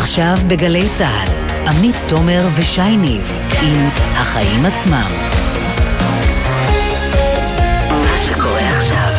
עכשיו בגלי צהל, עמית תומר ושי ניב עם החיים עצמם. מה שקורה עכשיו.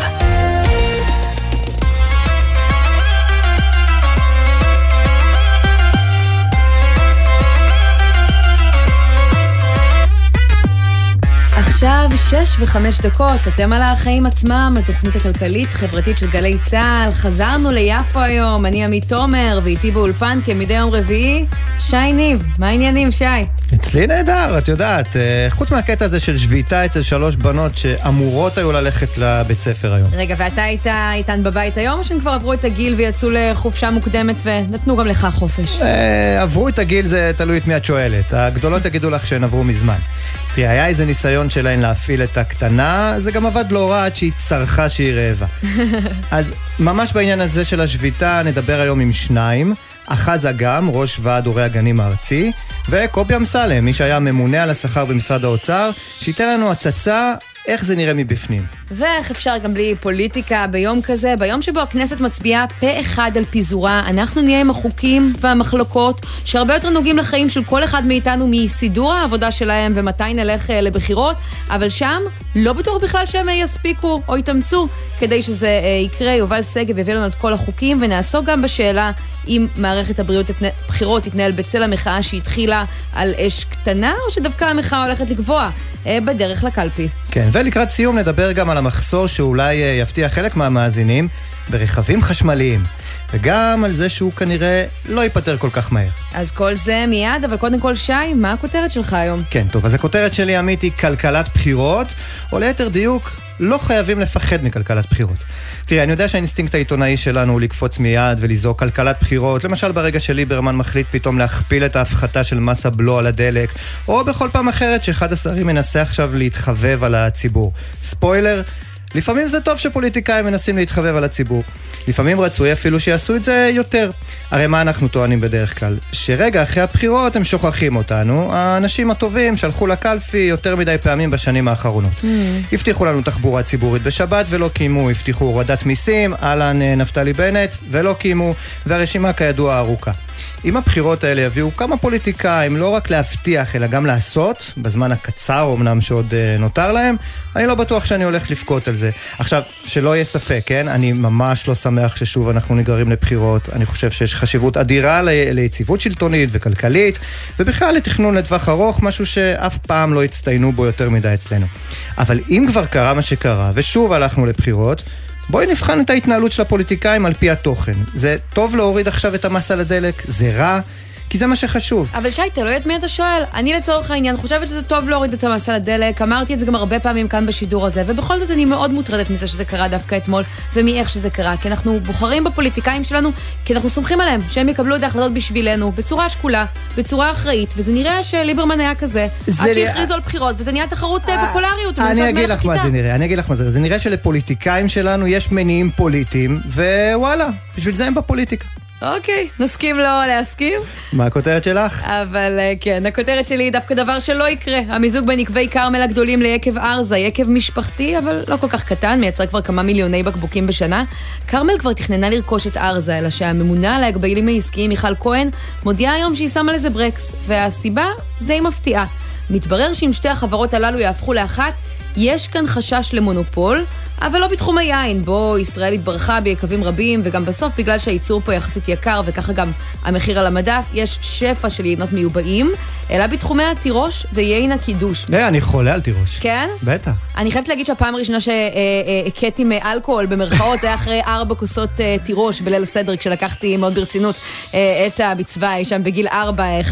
עכשיו 6:05, אתם על החיים עצמם, התוכנית הכלכלית חברתית של גלי צהל. חזרנו ליפו היום, אני עמית תומר, ואיתי באולפן כמדי יום רביעי, שי ניב. מה העניינים, שי? אצלי נהדר, את יודעת, חוץ מהקטע הזה של שביתה אצל 3 בנות שאמורות היו ללכת לבית ספר היום. רגע, ואתה היית איתן בבית היום, או שהם כבר עברו את הגיל ויצאו לחופשה מוקדמת ונתנו גם לך חופש? עברו את הגיל, זה תלוי את מי את שואלת. הגדולות יגידו לך שהן עברו מזמן. תראה, היה איזה ניסיון שלהן להפעיל את הקטנה, זה גם עבד לא רע עד שהיא צרחה שהיא רעבה. אז ממש בעניין הזה של השביתה נדבר היום עם 2, אחז אגם, ראש ועד הורי הגנים הארצי, וקובי אמסלם, מי שהיה ממונה על השכר במשרד האוצר, שייתן לנו הצצה איך זה נראה מבפנים. ואיך אפשר גם בלי פוליטיקה ביום כזה, ביום שבו הכנסת מצביעה פה אחד על פיזורה, אנחנו נהיה עם החוקים והמחלוקות שהרבה יותר נוגעים לחיים של כל אחד מאיתנו מסידור העבודה שלהם ומתי נלך לבחירות, אבל שם לא בטוח בכלל שהם יספיקו או יתאמצו כדי שזה יקרה. יובל סגב הביא לנו את כל החוקים, ונעסוק גם בשאלה אם מערכת הבחירות תתנהל בצל המחאה שהתחילה על אש קטנה, או שדווקא המחאה הולכת לגבוה בדרך לקלפי. כן, ולקראת סיום נדבר גם על המחסור שאולי יפתיע חלק מהמאזינים ברכבים חשמליים, וגם על זה שהוא כנראה לא ייפטר כל כך מהר. אז כל זה מיד, אבל קודם כל שי, מה הכותרת שלך היום? כן, טוב, אז הכותרת שלי עמית היא כלכלת בחירות, או ליתר דיוק, לא חייבים לפחד מכלכלת בחירות. תראה, אני יודע שהאינסטינקט העיתונאי שלנו הוא לקפוץ מיד ולזעוק כלכלת בחירות, למשל ברגע שליברמן מחליט פתאום להכפיל את ההפחתה של מס הבלו על הדלק, או בכל פעם אחרת שאחד השרים מנסה עכשיו להתחבב על הציבור. ספוילר, לפעמים זה טוב שפוליטיקאים מנסים להתחבב על הציבור. לפעמים רצוי אפילו שיעשו את זה יותר. הרי מה אנחנו טוענים בדרך כלל? שרגע אחרי הבחירות הם שוכחים אותנו, האנשים הטובים שהלכו לקלפי יותר מדי פעמים בשנים האחרונות. הבטיחו לנו תחבורה ציבורית בשבת ולא קיימו, הבטיחו הורדת מיסים, אהלן נפתלי בנט, ולא קיימו, והרשימה כידוע ארוכה. אם הבחירות האלה יביאו כמה פוליטיקאים לא רק להבטיח אלא גם לעשות, בזמן הקצר אמנם שעוד נותר להם, אני לא בטוח שאני הולך לפקוט על זה. עכשיו, שלא יהיה ספק, כן? אני ממש לא שמח ששוב אנחנו נגררים לבחירות. אני חושב שיש חשיבות אדירה ליציבות שלטונית וכלכלית, ובכלל לתכנון לטווח ארוך, משהו שאף פעם לא הצטיינו בו יותר מדי אצלנו. אבל אם כבר קרה מה שקרה, ושוב הלכנו לבחירות, בואי נבחן את ההתנהלות של הפוליטיקאים על פי התוכן. זה טוב להוריד עכשיו את המס על הדלק? זה רע? כי זה מה שחשוב. אבל שי, תלוי את מי אתה שואל. אני לצורך העניין חושבת שזה טוב להוריד את המס על הדלק, אמרתי את זה גם הרבה פעמים כאן בשידור הזה, ובכל זאת אני מאוד מוטרדת מזה שזה קרה דווקא אתמול, ומאיך שזה קרה, כי אנחנו בוחרים בפוליטיקאים שלנו, כי אנחנו סומכים עליהם, שהם יקבלו את ההחלטות בשבילנו, בצורה שקולה, בצורה אחראית, וזה נראה שליברמן היה כזה, עד שהכריזו על בחירות, וזה נהיה תחרות בפולריות. אני אגיד לך מה זה נראה. זה נראה שלפוליטיקאים שלנו יש מניעים פוליטיים, ווואלה, בשביל זה הם בפוליטיקה. אוקיי, נסכים לא להסכים. מה הכותרת שלך? אבל כן, הכותרת שלי היא דווקא דבר שלא יקרה. המיזוג בין יקבי כרמל הגדולים ליקב ארזה, יקב משפחתי, אבל לא כל כך קטן, מייצר כבר כמה מיליוני בקבוקים בשנה. כרמל כבר תכננה לרכוש את ארזה, אלא שהממונה על ההגבלים העסקיים מיכל כהן מודיעה היום שהיא שמה לזה ברקס, והסיבה די מפתיעה. מתברר שאם שתי החברות הללו יהפכו לאחת, יש כאן חשש למונופול, אבל לא בתחום היין, בו ישראל התברכה ביקבים רבים, וגם בסוף בגלל שהייצור פה יחסית יקר, וככה גם המחיר על המדף, יש שפע של יינות מיובאים, אלא בתחומי התירוש ויין הקידוש. אני חולה על תירוש. כן? בטח. אני חייבת להגיד שהפעם הראשונה שהקטתי מאלכוהול במרכאות, זה היה אחרי 4 כוסות תירוש בליל הסדר, כשלקחתי מאוד ברצינות את המצווה, שם בגיל 4-5.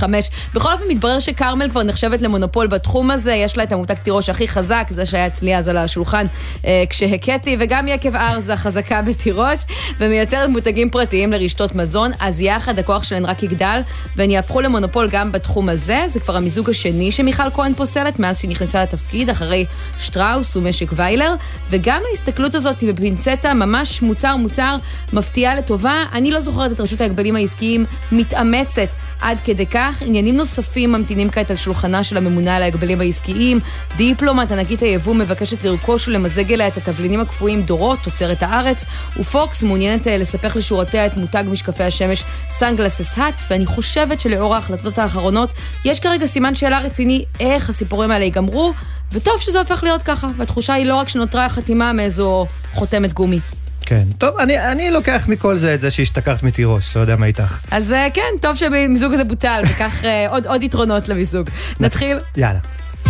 בכל אופן מתברר שקרמל כבר נחשבת למונופול בתחום הזה, יש לה את המותג תירוש הכי חזק, זה שהיה אצלי אז על השולחן כשהקטי, וגם יקב ארזה חזקה בתירוש, ומייצרת מותגים פרטיים לרשתות מזון, אז יחד הכוח שלהן רק יגדל, והן יהפכו למונופול גם בתחום הזה. זה כבר המיזוג השני שמיכל כהן פוסלת, מאז שהיא נכנסה לתפקיד, אחרי שטראוס ומשק ויילר, וגם ההסתכלות הזאת בפינצטה, ממש מוצר מפתיעה לטובה. אני לא זוכרת את רשות ההגבלים העסקיים מתאמצת עד כדי כך, עניינים נוספים ממתינים כעת על שולחנה של הממונה על ההגבלים העסקיים. דיפלומט, ענקית היבוא, מבקשת לרכוש ולמזג אליה את התבלינים הקפואים דורות, תוצרת הארץ, ופוקס מעוניינת לספק לשורתיה את מותג משקפי השמש Sunglasses Hut, ואני חושבת שלאור ההחלטות האחרונות, יש כרגע סימן שאלה רציני איך הסיפורים האלה ייגמרו, וטוב שזה הופך להיות ככה, והתחושה היא לא רק שנותרה החתימה מאיזו חותמת גומי. כן, טוב, אני לוקח מכל זה את זה שהשתכרת מתירוש, לא יודע מה איתך. אז כן, טוב שהמיזוג הזה בוטל, וכך עוד יתרונות למיזוג. נתחיל? יאללה.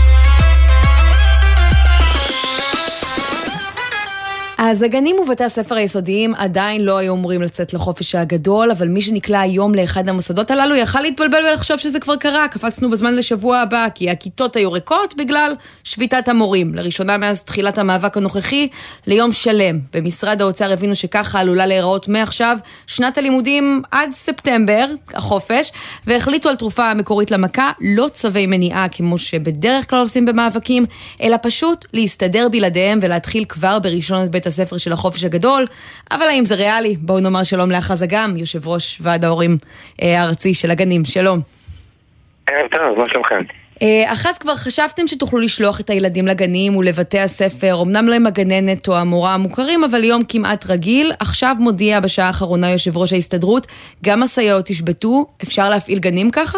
אז הגנים ובתי הספר היסודיים עדיין לא היו אמורים לצאת לחופש הגדול, אבל מי שנקלע היום לאחד המוסדות הללו יכל להתבלבל ולחשוב שזה כבר קרה. קפצנו בזמן לשבוע הבא, כי הכיתות היו ריקות בגלל שביתת המורים. לראשונה מאז תחילת המאבק הנוכחי, ליום שלם. במשרד האוצר הבינו שככה עלולה להיראות מעכשיו שנת הלימודים עד ספטמבר, החופש, והחליטו על תרופה המקורית למכה, לא צווי מניעה כמו שבדרך כלל עושים במאבקים, אלא פשוט להסתדר בלעדיהם ולהתחיל כבר בראשון את בית הספר של החופש הגדול. אבל האם זה ריאלי? בואו נאמר שלום לאחז אגם, יושב ראש ועד ההורים הארצי של הגנים. שלום. טוב, מה שלומכם? אחז, כבר חשבתם שתוכלו לשלוח את הילדים לגנים ולבתי הספר, אמנם לא עם הגננת או המורה המוכרים, אבל יום כמעט רגיל. עכשיו מודיע בשעה האחרונה יושב ראש ההסתדרות, גם הסייעות ישבתו. אפשר להפעיל גנים ככה?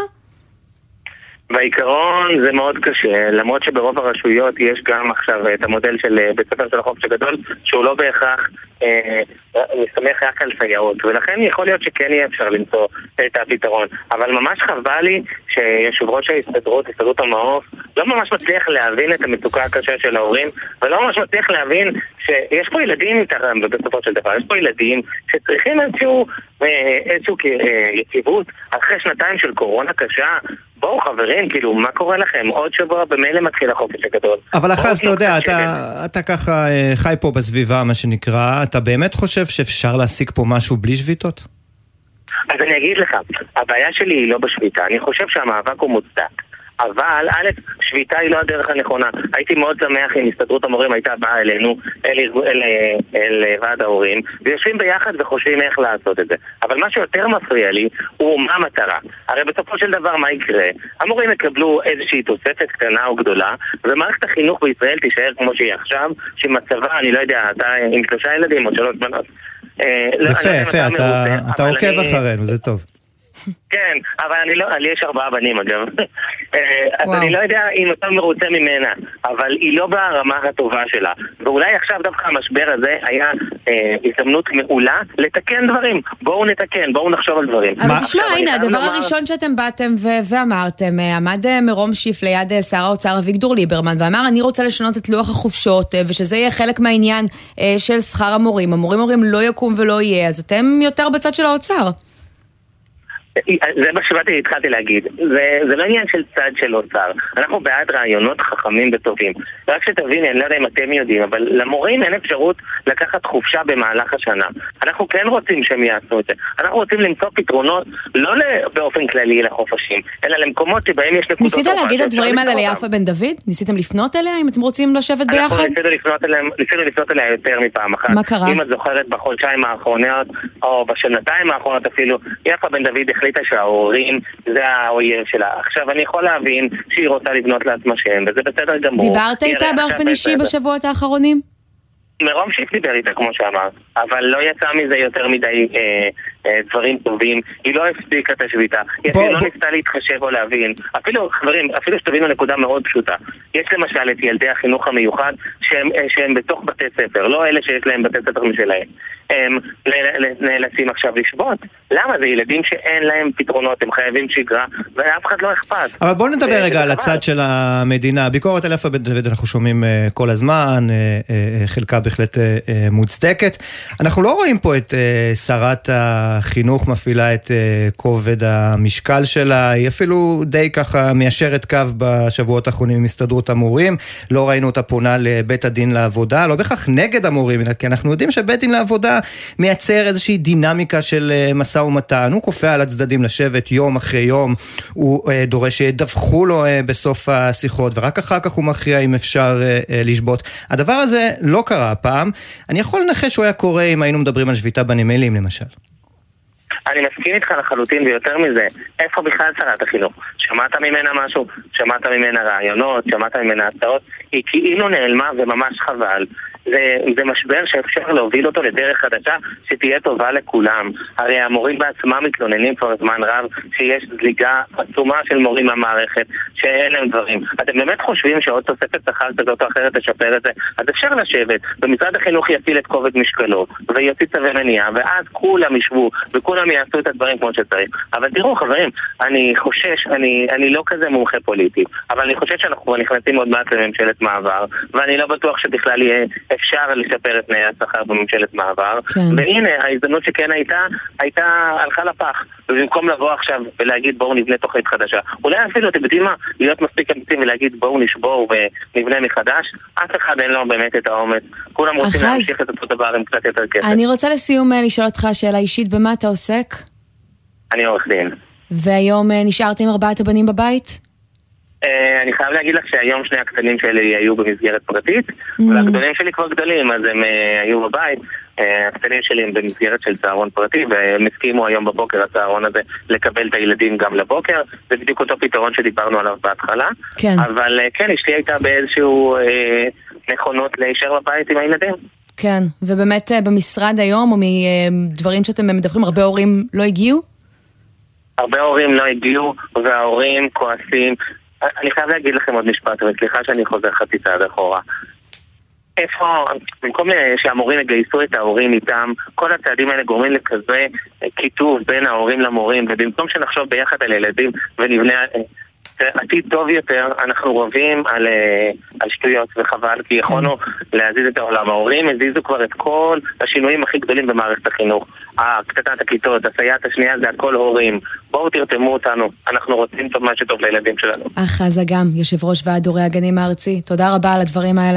בעיקרון זה מאוד קשה, למרות שברוב הרשויות יש גם עכשיו את המודל של בית ספר של החופש הגדול, שהוא לא בהכרח מסתמך רק על סייעות, ולכן יכול להיות שכן יהיה אפשר למצוא את הפתרון. אבל ממש חבל לי שיושב ראש ההסתדרות, הסתדרות המעוף, לא ממש מצליח להבין את המצוקה הקשה של ההורים, ולא ממש מצליח להבין שיש פה ילדים איתם בסופו של דבר, יש פה ילדים שצריכים איזשהו יציבות אחרי שנתיים של קורונה קשה. בואו חברים, כאילו, מה קורה לכם? עוד שבוע במילא מתחיל החופש הגדול. אבל אחז, אתה יודע, אתה ככה חי פה בסביבה, מה שנקרא, אתה באמת חושב שאפשר להשיג פה משהו בלי שביתות? אז אני אגיד לך, הבעיה שלי היא לא בשביתה, אני חושב שהמאבק הוא מוצדק. אבל א', שביתה היא לא הדרך הנכונה. הייתי מאוד שמח אם הסתדרות המורים הייתה באה אלינו, אל ועד ההורים, ויושבים ביחד וחושבים איך לעשות את זה. אבל מה שיותר מפריע לי הוא מה המטרה. הרי בסופו של דבר מה יקרה? המורים יקבלו איזושהי תוספת קטנה או גדולה, ומערכת החינוך בישראל תישאר כמו שהיא עכשיו, שמצבה, אני לא יודע, אתה עם 3 ילדים או 3 בנות. יפה, אתה עוקב אחרינו, זה טוב. כן, אבל לי יש 4 בנים אגב. אז אני לא יודע אם אתה מרוצה ממנה, אבל היא לא ברמה הטובה שלה. ואולי עכשיו דווקא המשבר הזה היה הזדמנות מעולה לתקן דברים. בואו נתקן, בואו נחשוב על דברים. אבל תשמע, הנה, הדבר הראשון שאתם באתם ואמרתם, עמד מרום שיף ליד שר האוצר אביגדור ליברמן, ואמר, אני רוצה לשנות את לוח החופשות, ושזה יהיה חלק מהעניין של שכר המורים. המורים אומרים לא יקום ולא יהיה, אז אתם יותר בצד של האוצר. זה מה שבאתי התחלתי להגיד, זה לא עניין של צד של אוצר. אנחנו בעד רעיונות חכמים וטובים. רק שתבין, אני לא יודע אם אתם יודעים, אבל למורים אין אפשרות לקחת חופשה במהלך השנה. אנחנו כן רוצים שהם יעשו את זה. אנחנו רוצים למצוא פתרונות לא באופן כללי לחופשים, אלא למקומות שבהם יש נקודות. ניסית להגיד את הדברים האלה ליפה בן דוד? ניסיתם לפנות אליה אם אתם רוצים לשבת ביחד? אנחנו ניסינו לפנות אליה יותר מפעם אחת. מה קרה? אם את זוכרת בחודשיים האחרונות או בשנתיים האחרונות אפילו, יפה בן דוד החליטה שההורים זה האויב שלה. עכשיו אני יכול להבין שהיא רוצה לבנות לעצמה שם, וזה בסדר גמור. דיברת איתה באופן אישי בשבועות האחרונים? מרום שיף דיבר איתה כמו שאמרת, אבל לא יצא מזה יותר מדי דברים טובים. היא לא הפסיקה את השביתה, היא אפילו לא ניסתה להתחשב או להבין. אפילו שתבינו נקודה מאוד פשוטה. יש למשל את ילדי החינוך המיוחד שהם בתוך בתי ספר, לא אלה שיש להם בתי ספר משלהם. הם נאלצים עכשיו לשבות. למה? זה ילדים שאין להם פתרונות, הם חייבים שגרה, ואף אחד לא אכפת. אבל בואו נדבר רגע על הצד של המדינה. ביקורת על יפה בן דוד אנחנו שומעים כל הזמן, חלקה בהחלט מוצדקת. אנחנו לא רואים פה את שרת החינוך מפעילה את כובד המשקל שלה, היא אפילו די ככה מיישרת קו בשבועות האחרונים עם הסתדרות המורים, לא ראינו אותה פונה לבית הדין לעבודה, לא בכך נגד המורים, כי אנחנו יודעים שבית דין לעבודה מייצר איזושהי דינמיקה של משא ומתן, הוא קופא על הצדדים לשבת יום אחרי יום, הוא דורש שידווחו לו בסוף השיחות, ורק אחר כך הוא מכריע אם אפשר לשבות. הדבר הזה לא קרה הפעם, אני יכול לנחש שהוא היה קורה אם היינו מדברים על שביתה בנמלים למשל. אני מסכים איתך לחלוטין, ויותר מזה, איפה בכלל שרת החינוך? שמעת ממנה משהו? שמעת ממנה רעיונות? שמעת ממנה הצעות? היא כאילו נעלמה וממש חבל. זה משבר שאפשר להוביל אותו לדרך חדשה שתהיה טובה לכולם. הרי המורים בעצמם מתלוננים כבר זמן רב שיש זליגה עצומה של מורים למערכת, שאין להם דברים. אתם באמת חושבים שעוד תוספת שכר כזאת או אחרת תשפר את זה? אז אפשר לשבת, ומשרד החינוך יפיל את כובד משקלו ויוציא צווי מניעה, ואז כולם ישבו וכולם יעשו את הדברים כמו שצריך. אבל תראו חברים, אני חושש, אני לא כזה מומחה פוליטי, אבל אני חושש שאנחנו נכנסים עוד מעט לממשלת מעבר, ואני לא בטוח שבכלל יהיה אפשר לשפר את תנאי השכר בממשלת מעבר. והנה, ההזדמנות שכן הייתה הלכה לפח. ובמקום לבוא עכשיו ולהגיד בואו נבנה תוכנית חדשה, אולי אפילו אתם יודעים מה, להיות מספיק אמיצים ולהגיד בואו נשבור ונבנה מחדש, אף אחד אין לו באמת את האומץ. כולם רוצים להמשיך את אותו דבר עם קצת יותר כסף. אני רוצה לסיום לשאול אותך שאלה אישית, במה אתה עוסק? אני עורך דין. והיום נשארת עם 4 הבנים בבית? אני חייב להגיד לך שהיום 2 הקטנים שלי היו במסגרת פרטית, והגדולים שלי כבר גדולים, אז הם היו בבית. הקטנים שלי הם במסגרת של צהרון פרטי, והם הסכימו היום בבוקר הצהרון הזה לקבל את הילדים גם לבוקר. זה בדיוק אותו פתרון שדיברנו עליו בהתחלה. כן. אבל כן, אשתי הייתה באיזשהו נכונות להישאר בבית עם הילדים. כן, ובאמת במשרד היום, או מדברים שאתם מדברים, הרבה הורים לא הגיעו? הרבה הורים לא הגיעו, וההורים כועסים. אני חייב להגיד לכם עוד משפט, וסליחה שאני חוזר חצי צעד אחורה. איפה, במקום שהמורים יגייסו את ההורים איתם, כל הצעדים האלה גורמים לכזה כיתוב בין ההורים למורים, ובמקום שנחשוב ביחד על ילדים ונבנה עתיד טוב יותר, אנחנו רבים על שטויות, וחבל, כי יכולנו להזיז את העולם. ההורים הזיזו כבר את כל השינויים הכי גדולים במערכת החינוך. קטנת הכיתות, הסייעת השנייה, זה הכל הורים. בואו תרתמו אותנו, אנחנו רוצים טוב מה שטוב לילדים שלנו. אחז אגם, יושב ראש ועד הורי הגנים הארצי, תודה רבה על הדברים האלה.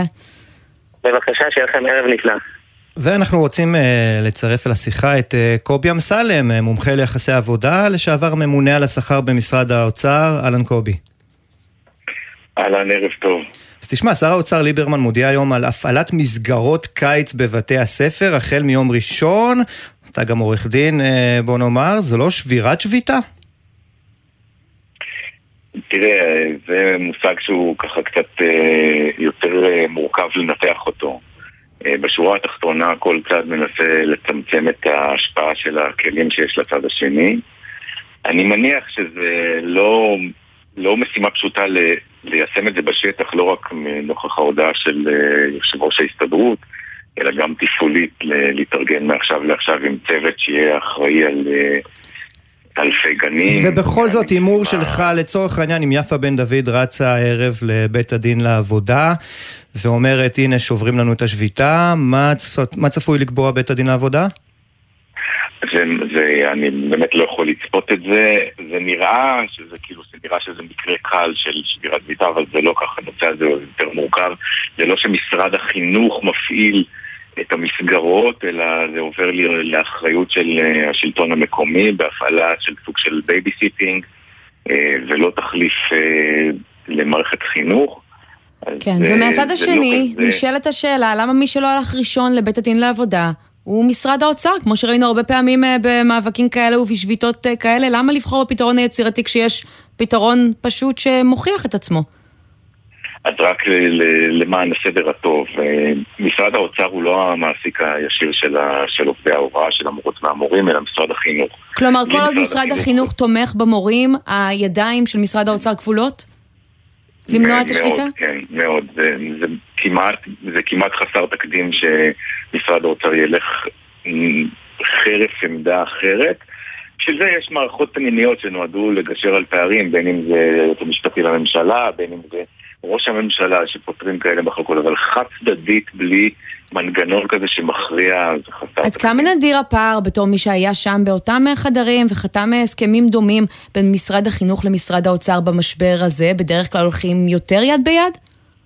בבקשה, שיהיה לכם ערב נפלא. ואנחנו רוצים לצרף אל השיחה את קובי אמסלם, מומחה ליחסי עבודה, לשעבר ממונה על השכר במשרד האוצר. אהלן קובי. אהלן, ערב טוב. אז תשמע, שר האוצר ליברמן מודיע היום על הפעלת מסגרות קיץ בבתי הספר, החל מיום ראשון. אתה גם עורך דין, בוא נאמר, זו לא שבירת שביתה? תראה, זה מושג שהוא ככה קצת יותר מורכב לנתח אותו. בשורה התחתונה כל צד מנסה לצמצם את ההשפעה של הכלים שיש לצד השני. אני מניח שזה לא משימה פשוטה ליישם את זה בשטח, לא רק מנוכח ההודעה של יושב ראש ההסתדרות, אלא גם תפעולית להתארגן מעכשיו לעכשיו עם צוות שיהיה אחראי על אלפי גנים. ובכל זאת, אימור שלך לצורך העניין, עם יפה בן דוד רצה הערב לבית הדין לעבודה, ואומרת, הנה שוברים לנו את השביתה, מה צפוי לקבוע בית הדין לעבודה? אני באמת לא יכול לצפות את זה. זה נראה שזה מקרה קל של שבירת שביתה, אבל זה לא ככה, הנושא הזה יותר מורכב. זה לא שמשרד החינוך מפעיל את המסגרות, אלא זה עובר לאחריות של השלטון המקומי, בהפעלה של סוג של בייביסיטינג, ולא תחליף למערכת חינוך. כן, ומהצד השני נשאלת השאלה, למה מי שלא הלך ראשון לבית הדין לעבודה הוא משרד האוצר, כמו שראינו הרבה פעמים במאבקים כאלה ובשביתות כאלה, למה לבחור בפתרון היצירתי כשיש פתרון פשוט שמוכיח את עצמו? אז רק למען הסדר הטוב, משרד האוצר הוא לא המעסיק הישיר של עובדי ההוראה, של המורות והמורים, אלא משרד החינוך. כלומר, כל עוד משרד החינוך תומך במורים, הידיים של משרד האוצר כפולות? למנוע את השביתה? כן, מאוד. זה כמעט חסר תקדים שמשרד האוצר ילך חרף עמדה אחרת. בשביל זה יש מערכות פנימיות שנועדו לגשר על פערים, בין אם זה המשפטי לממשלה, בין אם זה ראש הממשלה שפותרים כאלה מחלקות, אבל חד צדדית בלי מנגנון כזה שמכריע, זה חסר. עד כמה נדיר הפער בתור מי שהיה שם באותם חדרים וחתם הסכמים דומים בין משרד החינוך למשרד האוצר במשבר הזה? בדרך כלל הולכים יותר יד ביד?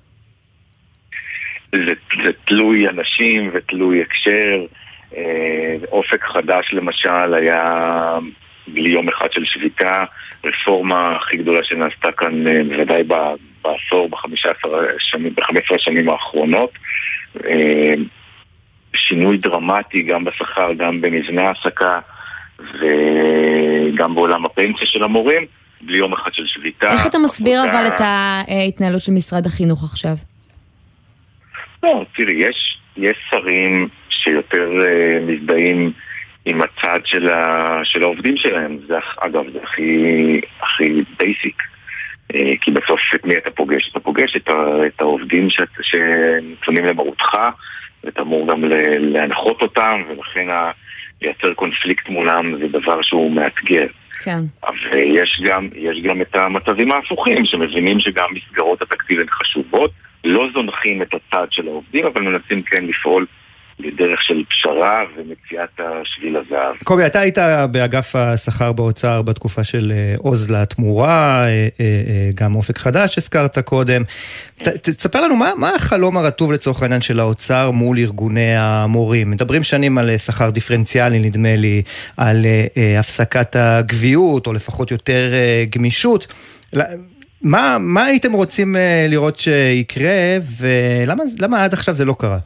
זה תלוי אנשים ותלוי הקשר. אופק חדש למשל היה בלי יום אחד של שביתה, רפורמה הכי גדולה שנעשתה כאן בוודאי בעשור, ב-15 השנים האחרונות, שינוי דרמטי גם בשכר, גם במבנה העסקה, וגם בעולם הפנסיה של המורים, בלי יום אחד של שביתה. איך אתה מסביר אבל את ההתנהלות של משרד החינוך עכשיו? לא, תראי, יש שרים שיותר מזדהים עם הצד של העובדים שלהם. זה, אגב, זה הכי בייסיק. כי בסוף את מי אתה פוגש? אתה פוגש את העובדים שנתונים למרותך, ואתה אמור גם להנחות אותם, ולכן לייצר קונפליקט מולם זה דבר שהוא מאתגר. כן. אבל יש גם את המצבים ההפוכים, שמבינים שגם מסגרות התקציב הן חשובות, לא זונחים את הצד של העובדים, אבל מנסים כן לפעול בדרך של פשרה ומציאת השביל הזהב. קובי, אתה היית באגף השכר באוצר בתקופה של עוז לתמורה, גם אופק חדש הזכרת קודם. תספר לנו מה החלום הרטוב לצורך העניין של האוצר מול ארגוני המורים. מדברים שנים על שכר דיפרנציאלי, נדמה לי, על הפסקת הגביעות, או לפחות יותר גמישות. מה הייתם רוצים לראות שיקרה, ולמה עד עכשיו זה לא קרה?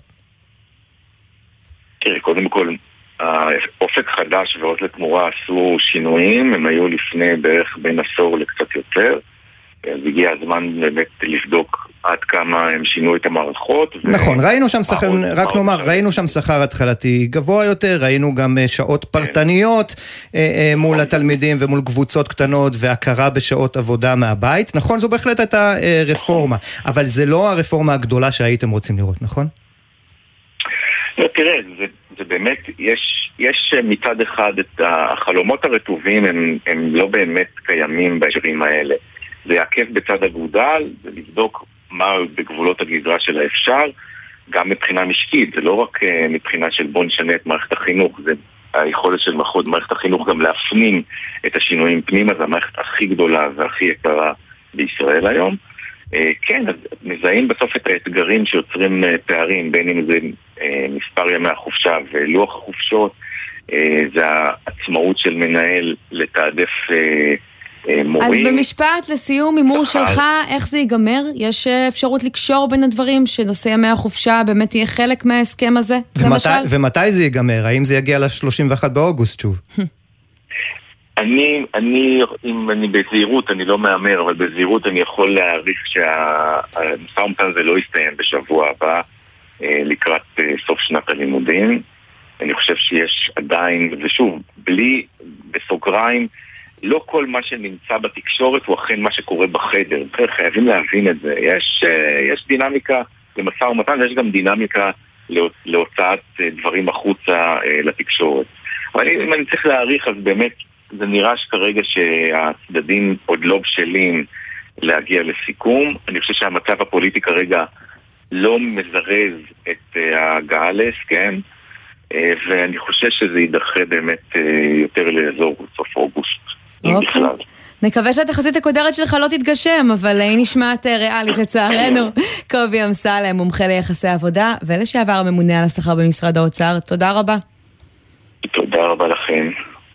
תראי, קודם כל, אופק חדש ועוז לתמורה עשו שינויים, הם היו לפני בערך בין עשור לקצת יותר, אז הגיע הזמן באמת לבדוק עד כמה הם שינו את המערכות. נכון, ראינו שם שכר, רק נאמר, ראינו שם שכר התחלתי גבוה יותר, ראינו גם שעות פרטניות מול התלמידים ומול קבוצות קטנות והכרה בשעות עבודה מהבית. נכון, זו בהחלט הייתה רפורמה, אבל זה לא הרפורמה הגדולה שהייתם רוצים לראות, נכון? לא, תראה, זה באמת, יש מצד אחד את החלומות הרטובים, הם לא באמת קיימים בהקשרים האלה. זה יעקב בצד אגודל, זה לבדוק מה בגבולות הגזרה של האפשר, גם מבחינה משקית, זה לא רק מבחינה של בוא נשנה את מערכת החינוך, זה היכולת של מערכת החינוך גם להפנים את השינויים פנימה, זה המערכת הכי גדולה והכי יקרה בישראל היום. כן, אז מזהים בסוף את האתגרים שיוצרים פערים, בין אם זה מספר ימי החופשה ולוח החופשות, זה העצמאות של מנהל לתעדף מורים. אז במשפט לסיום, הימור שלך, איך זה ייגמר? יש אפשרות לקשור בין הדברים, שנושא ימי החופשה באמת יהיה חלק מההסכם הזה? ומתי זה ייגמר? האם זה יגיע ל-31 באוגוסט שוב? אם אני בזהירות, אני לא מאמר, אבל בזהירות אני יכול להעריך שהמשא ומתן הזה לא יסתיים בשבוע הבא לקראת סוף שנת הלימודים. אני חושב שיש עדיין, ושוב, בלי, בסוגריים, לא כל מה שנמצא בתקשורת הוא אכן מה שקורה בחדר. חייבים להבין את זה. יש דינמיקה למשא ומתן, ויש גם דינמיקה להוצאת דברים החוצה לתקשורת. אבל אם אני צריך להעריך, אז באמת זה נראה שכרגע שהצדדים עוד לא בשלים להגיע לסיכום. אני חושב שהמצב הפוליטי כרגע לא מזרז את ההגעה להסכם, ואני חושב שזה יידחה באמת יותר לאזור סוף אוגוסט. אוקיי. נקווה שהתחזית הקודרת שלך לא תתגשם, אבל היא נשמעת ריאלית לצערנו. קובי אמסלם, מומחה ליחסי עבודה, ולשעבר הממונה על השכר במשרד האוצר. תודה רבה. תודה רבה לכם.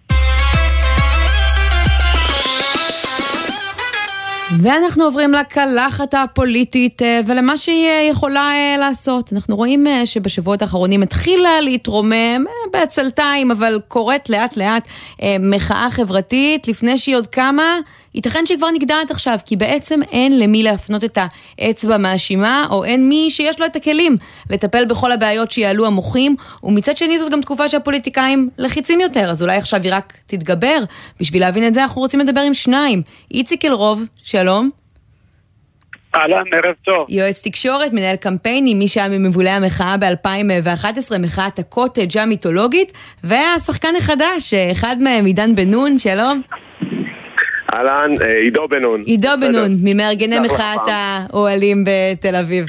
ואנחנו עוברים לקלחת הפוליטית ולמה שהיא יכולה לעשות. אנחנו רואים שבשבועות האחרונים התחילה להתרומם בעצלתיים, אבל קורית לאט לאט מחאה חברתית לפני שהיא עוד כמה, ייתכן שהיא כבר נגדעת עכשיו, כי בעצם אין למי להפנות את האצבע מאשימה, או אין מי שיש לו את הכלים לטפל בכל הבעיות שיעלו המוחים, ומצד שני זאת גם תקופה שהפוליטיקאים לחיצים יותר, אז אולי עכשיו היא רק תתגבר. בשביל להבין את זה אנחנו רוצים לדבר עם שניים. איציק אלרוב, שלום. אהלן, ערב טוב. יועץ תקשורת, מנהל קמפיינים, מי שהיה ממובילי המחאה ב-2011, מחאת הקוטג' המיתולוגית, והשחקן החדש, אחד מהם, עידן בן נון, שלום. אהלן, עידו בן נון. עידו בן נון, ממארגני מחאת האוהלים בתל אביב.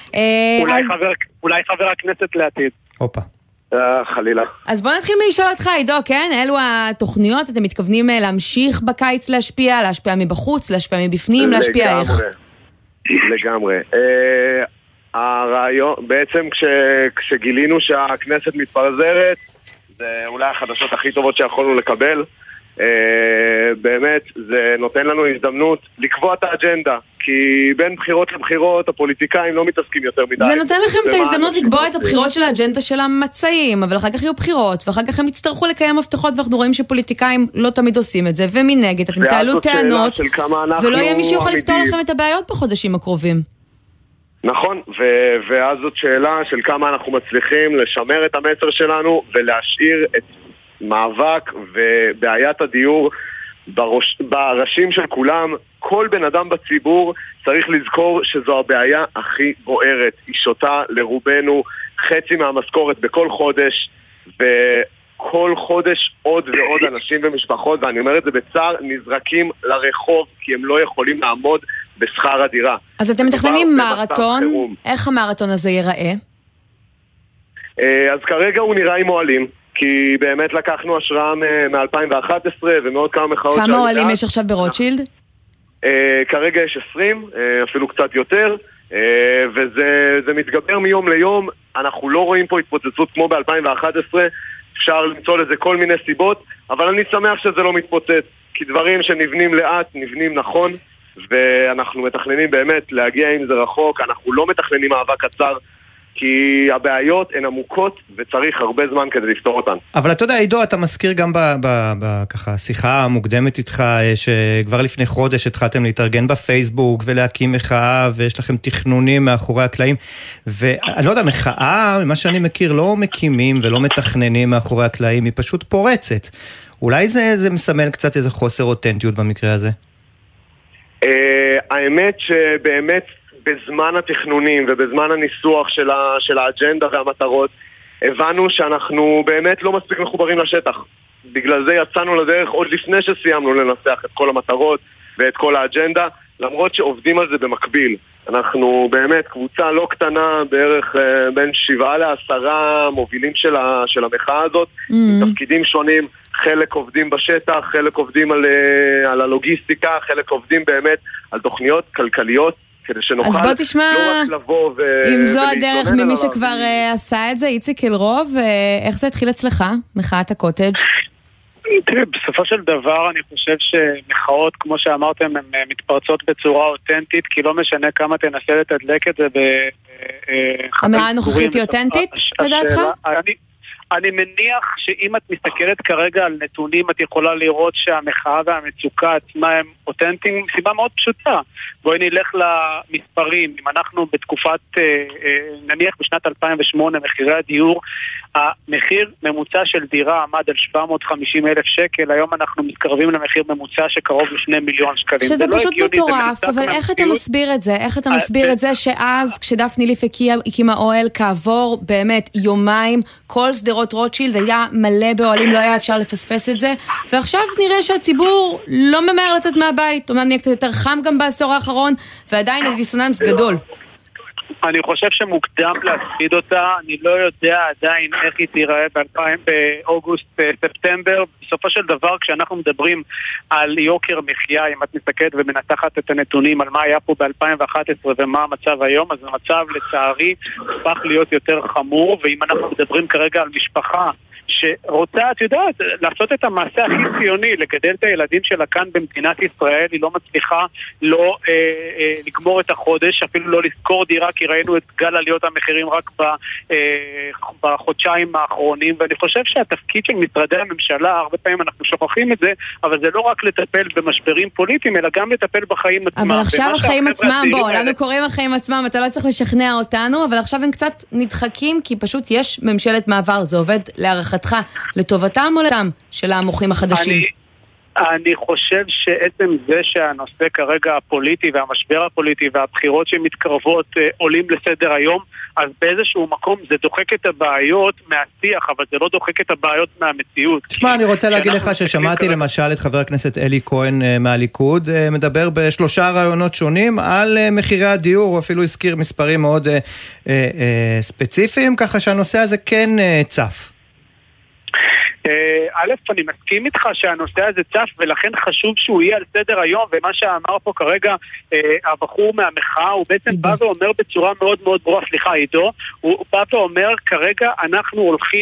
אולי חבר הכנסת לעתיד. הופה. חלילה. אז בוא נתחיל לשאול אותך, עידו, כן? אלו התוכניות, אתם מתכוונים להמשיך בקיץ להשפיע מבחוץ, להשפיע מבפנים, להשפיע איך? לגמרי. הרעיון, בעצם כשגילינו שהכנסת מתפזרת, זה אולי החדשות הכי טובות שיכולנו לקבל. באמת, זה נותן לנו הזדמנות לקבוע את האג'נדה, כי בין בחירות לבחירות הפוליטיקאים לא מתעסקים יותר מדי. זה נותן לכם את ההזדמנות לקבוע את הבחירות של האג'נדה של המצעים, אבל אחר כך יהיו בחירות, ואחר כך הם יצטרכו לקיים הבטחות, ואנחנו רואים שפוליטיקאים לא תמיד עושים את זה, ומנגד אתם תעלו טענות, ולא יהיה מי שיוכל לפתור לכם את הבעיות בחודשים הקרובים. נכון, ואז זאת שאלה של כמה אנחנו מצליחים לשמר את המסר שלנו ולהשאיר את מאבק ובעיית הדיור בראשים של כולם. כל בן אדם בציבור צריך לזכור שזו הבעיה הכי בוערת. היא שותה לרובנו חצי מהמשכורת בכל חודש, וכל חודש עוד ועוד אנשים ומשפחות, ואני אומר את זה בצער, נזרקים לרחוב כי הם לא יכולים לעמוד בשכר הדירה. אז אתם מתכננים מרתון, איך המרתון הזה ייראה? אז כרגע הוא נראה עם אוהלים, כי באמת לקחנו השראה מ-2011 ומאוד כמה מחאות. כמה אוהלים יש עכשיו ברוטשילד? כרגע יש 20, אפילו קצת יותר, וזה מתגבר מיום ליום. אנחנו לא רואים פה התפוצצות כמו ב-2011, אפשר למצוא לזה כל מיני סיבות, אבל אני שמח שזה לא מתפוצץ, כי דברים שנבנים לאט, נבנים נכון, ואנחנו מתכננים באמת להגיע עם זה רחוק. אנחנו לא מתכננים מאבק קצר, כי הבעיות הן עמוקות וצריך הרבה זמן כדי לפתור אותן. אבל אתה יודע, עידו, אתה מזכיר גם בככה שיחה המוקדמת איתך, שכבר לפני חודש התחלתם להתארגן בפייסבוק ולהקים מחאה, ויש לכם תכנונים מאחורי הקלעים, ואני לא יודע, מחאה, מה שאני מכיר, לא מקימים ולא מתכננים מאחורי הקלעים, היא פשוט פורצת. אולי זה מסמל קצת איזה חוסר אותנטיות במקרה הזה? האמת שבאמת בזמן התכנונים ובזמן הניסוח של האג'נדה והמטרות הבנו שאנחנו באמת לא מספיק מחוברים לשטח. בגלל זה יצאנו לדרך עוד לפני שסיימנו לנסח את כל המטרות ואת כל האג'נדה, למרות שעובדים על זה במקביל. אנחנו באמת קבוצה לא קטנה, בערך בין 7-10 מובילים של המחאה הזאת, עם תפקידים שונים. חלק עובדים בשטח, חלק עובדים על הלוגיסטיקה, חלק עובדים באמת על תוכניות כלכליות, כדי שנוכל אז בוא תשמע, לא רק לבוא אם זו הדרך ממי שכבר עשה את זה, איציק אלרוב, איך זה התחיל אצלך, מחאת הקוטג'? תראי, בסופו של דבר אני חושב שמחאות, כמו שאמרתם, הן מתפרצות בצורה אותנטית, כי לא משנה כמה תנסה לתדלק את זה המחאה הנוכחית היא אותנטית, לדעתך? אני מניח שאם את מסתכלת כרגע על נתונים, את יכולה לראות שהמחאה והמצוקה עצמה הם אותנטיים, סיבה מאוד פשוטה. בואי נלך למספרים. אם אנחנו בתקופת, נניח בשנת 2008, מחירי הדיור, המחיר ממוצע של דירה עמד על 750,000 שקל, היום אנחנו מתקרבים למחיר ממוצע שקרוב ל2 מיליון שקלים. שזה פשוט מטורף, אבל איך אתה מסביר את זה? איך אתה מסביר את זה שאז, כשדפני ליף הקימה אוהל, כעבור באמת יומיים, כל סדרות רוטשילד היה מלא באוהלים, לא היה אפשר לפספס את זה, ועכשיו נראה שהציבור לא ממהר לצאת מהבית, אומנם נהיה קצת יותר חם גם בעשור האחרון, ועדיין הדיסוננס גדול. אני חושב שמוקדם להפסיד אותה, אני לא יודע עדיין איך היא תיראה באוגוסט, ספטמבר. בסופו של דבר, כשאנחנו מדברים על יוקר מחיה, אם את מסתכלת ומנתחת את הנתונים על מה היה פה ב-2011 ומה המצב היום, אז המצב לצערי הפך להיות יותר חמור, ואם אנחנו מדברים כרגע על משפחה שרוצה, את יודעת, לעשות את המעשה הכי ציוני, לגדל את הילדים שלה כאן במדינת ישראל, היא לא מצליחה לא לגמור את החודש, אפילו לא לזכור דירה, כי ראינו את גל עליות המחירים רק בחודשיים האחרונים, ואני חושב שהתפקיד של משרדי הממשלה, הרבה פעמים אנחנו שוכחים את זה, אבל זה לא רק לטפל במשברים פוליטיים, אלא גם לטפל בחיים עצמם. אבל עכשיו החיים עצמם, בוא, לנו קוראים החיים עצמם, אתה לא צריך לשכנע אותנו, אבל עכשיו הם קצת נדחקים, כי פשוט יש ממשלת מעבר, זה עובד להערכתך לטובתם או לטעם של המוחים החדשים? אני חושב שעצם זה שהנושא כרגע הפוליטי והמשבר הפוליטי והבחירות שמתקרבות עולים לסדר היום, אז באיזשהו מקום זה דוחק את הבעיות מהשיח, אבל זה לא דוחק את הבעיות מהמציאות. תשמע, אני רוצה להגיד לך ששמעתי למשל את חבר הכנסת אלי כהן מהליכוד, מדבר ב3 רעיונות שונים על מחירי הדיור, הוא אפילו הזכיר מספרים מאוד ספציפיים, ככה שהנושא הזה כן צף. א', אני מסכים איתך שהנושא הזה צף, ולכן חשוב שהוא יהיה על סדר היום, ומה שאמר פה כרגע הבחור מהמחאה, הוא בעצם בא ואומר בצורה מאוד מאוד ברורה, סליחה עידו, הוא בא ואומר כרגע אנחנו הולכים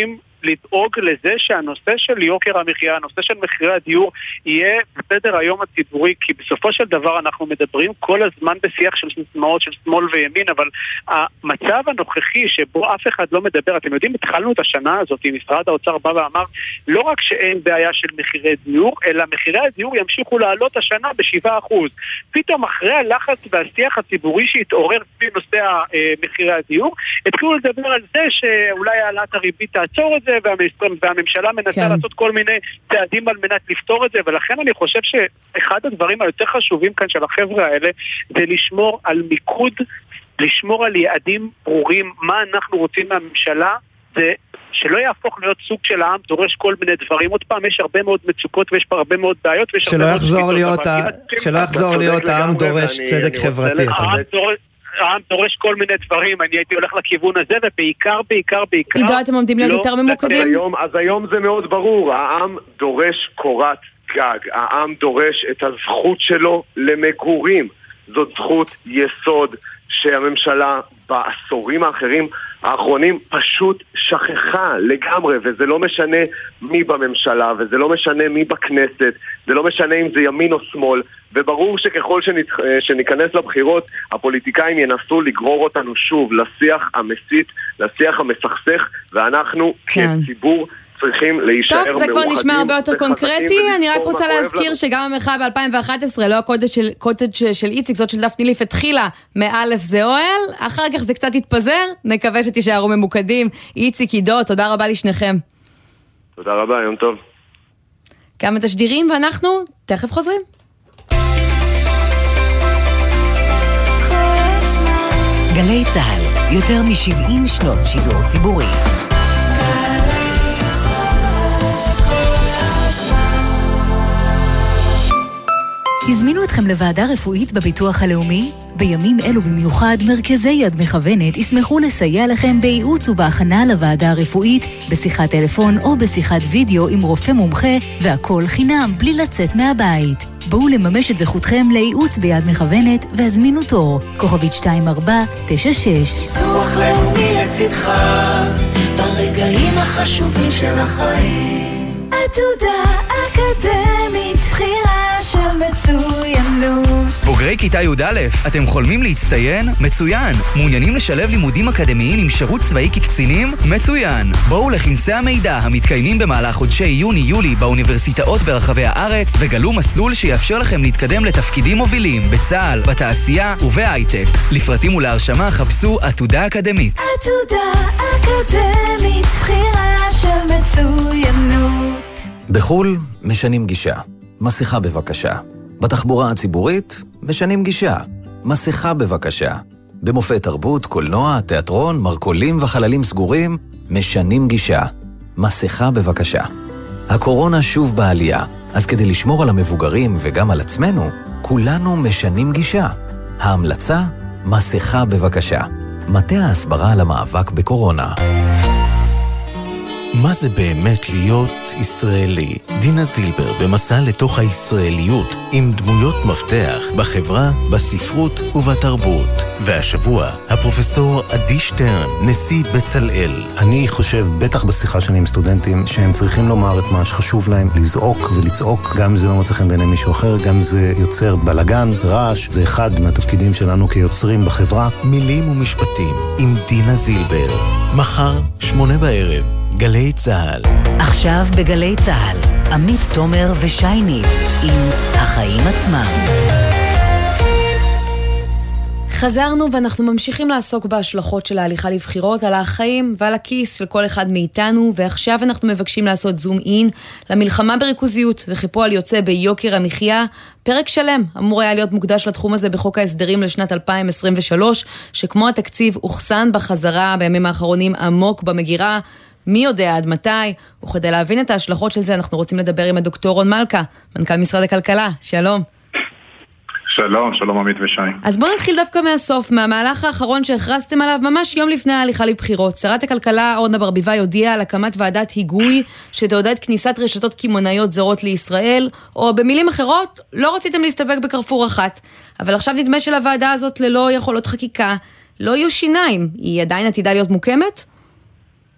לדאוג לזה שהנושא של יוקר המחיה, הנושא של מחירי הדיור, יהיה בסדר היום הציבורי, כי בסופו של דבר אנחנו מדברים כל הזמן בשיח של סיסמאות של שמאל וימין, אבל המצב הנוכחי שבו אף אחד לא מדבר, אתם יודעים, התחלנו את השנה הזאת, משרד האוצר בא ואמר, לא רק שאין בעיה של מחירי דיור, אלא מחירי הדיור ימשיכו לעלות השנה ב7%. פתאום אחרי הלחץ והשיח הציבורי שהתעורר סביב נושא מחירי הדיור, התחילו לדבר על זה שאולי העלאת הריבית תעצור את זה, והממשלה מנסה לעשות כל מיני צעדים על מנת לפתור את זה, ולכן אני חושב שאחד הדברים היותר חשובים כאן של החבר'ה האלה, זה לשמור על מיקוד, לשמור על יעדים ברורים, מה אנחנו רוצים מהממשלה, זה שלא יהפוך להיות סוג של העם דורש כל מיני דברים. עוד פעם, יש הרבה מאוד מצוקות ויש פה הרבה מאוד בעיות. שלא יחזור להיות העם דורש צדק חברתי. העם דורש כל מיני דברים, אני הייתי הולך לכיוון הזה, ובעיקר, עידו, אתם עומדים להיות יותר ממוקדים? אז היום זה מאוד ברור, העם דורש קורת גג, העם דורש את הזכות שלו למגורים. זאת זכות יסוד שהממשלה בעשורים האחרונים פשוט שכחה לגמרי, וזה לא משנה מי בממשלה, וזה לא משנה מי בכנסת, זה לא משנה אם זה ימין או שמאל, וברור שככל שניכנס לבחירות, הפוליטיקאים ינסו לגרור אותנו שוב לשיח המסית, לשיח המסכסך, ואנחנו כציבור צריכים להישאר מאוחדים. טוב, זה כבר נשמע הרבה יותר קונקרטי. אני רק רוצה להזכיר שגם המחאה ב-2011, לא הקוטג' של איציק, זאת של דפני ליף, התחילה מאלף זה אוהל, אחר כך זה קצת התפזר, נקווה שתישארו ממוקדים. איציק, עידו, תודה רבה לשניכם. תודה רבה, יום טוב. כמה תשדירים ואנחנו תכף חוזרים. גלי צהל, יותר מ-70 שנות שידור ציבורי. הזמינו אתכם לוועדה רפואית בביטוח הלאומי? בימים אלו במיוחד, מרכזי יד מכוונת ישמחו לסייע לכם בייעוץ ובהכנה לוועדה הרפואית, בשיחת טלפון או בשיחת וידאו עם רופא מומחה, והכל חינם בלי לצאת מהבית. בואו לממש את זכותכם לייעוץ ביד מכוונת והזמינו תור. כוכבית 2496. ביטוח לאומי לצדך, ברגעים החשובים של החיים. עתודה אקדמית, בחירה של מצוינות. בוגרי כיתה י"א, אתם חולמים להצטיין? מצוין. מעוניינים לשלב לימודים אקדמיים עם שירות צבאי כקצינים? מצוין. בואו לכנסי המידע המתקיימים במהלך חודשי יוני-יולי באוניברסיטאות ברחבי הארץ, וגלו מסלול שיאפשר לכם להתקדם לתפקידים מובילים בצה"ל, בתעשייה ובהייטק. לפרטים ולהרשמה חפשו עתודה אקדמית. עתודה אקדמית, בחירה של מצוינות. בחול משנים גישה. מסכה בבקשה. בתחבורה הציבורית משנים גישה. מסכה בבקשה. במופעי תרבות, קולנוע, תיאטרון, מרקולים וחללים סגורים משנים גישה. מסכה בבקשה. הקורונה שוב בעלייה, אז כדי לשמור על המבוגרים וגם על עצמנו, כולנו משנים גישה. ההמלצה, מסכה בבקשה. מטה ההסברה על המאבק בקורונה. מה זה באמת להיות ישראלי? דינה זילבר במסע לתוך הישראליות עם דמויות מפתח בחברה, בספרות ובתרבות. והשבוע, הפרופסור עדי שטרן, נשיא בצלאל. אני חושב, בטח בשיחה שלי עם סטודנטים, שהם צריכים לומר את מה שחשוב להם, לזעוק ולצעוק, גם זה לא מוצא חן בעיני מישהו אחר, גם זה יוצר בלגן, רעש, זה אחד מהתפקידים שלנו כיוצרים בחברה. מילים ומשפטים עם דינה זילבר. מחר, 20:00. גלי צהל. עכשיו בגלי צהל, עמית תומר ושי ניב עם החיים עצמם. חזרנו ואנחנו ממשיכים לעסוק בהשלכות של ההליכה לבחירות על החיים ועל הכיס של כל אחד מאיתנו, ועכשיו אנחנו מבקשים לעשות זום אין למלחמה בריכוזיות וחיפוע על יוצא ביוקר המחיה. פרק שלם אמור היה להיות מוקדש לתחום הזה בחוק ההסדרים לשנת 2023, שכמו התקציב הוכסן בחזרה בימים האחרונים עמוק במגירה, מי יודע עד מתי, וכדי להבין את ההשלכות של זה אנחנו רוצים לדבר עם הדוקטור רון מלכה, מנכ"ל משרד הכלכלה. שלום. שלום, שלום עמית ושי. אז בואו נתחיל דווקא מהסוף, מהמהלך האחרון שהכרזתם עליו ממש יום לפני ההליכה לבחירות. שרת הכלכלה אורנה ברביבאי הודיעה על הקמת ועדת היגוי שתעודד כניסת רשתות קמעונאיות זרות לישראל, או במילים אחרות, לא רציתם להסתפק בקרפור אחת. אבל עכשיו נדמה שלוועדה הזאת ללא יכולות חקיקה, לא יהיו שיניים. היא עדיין עתידה להיות מוקמת?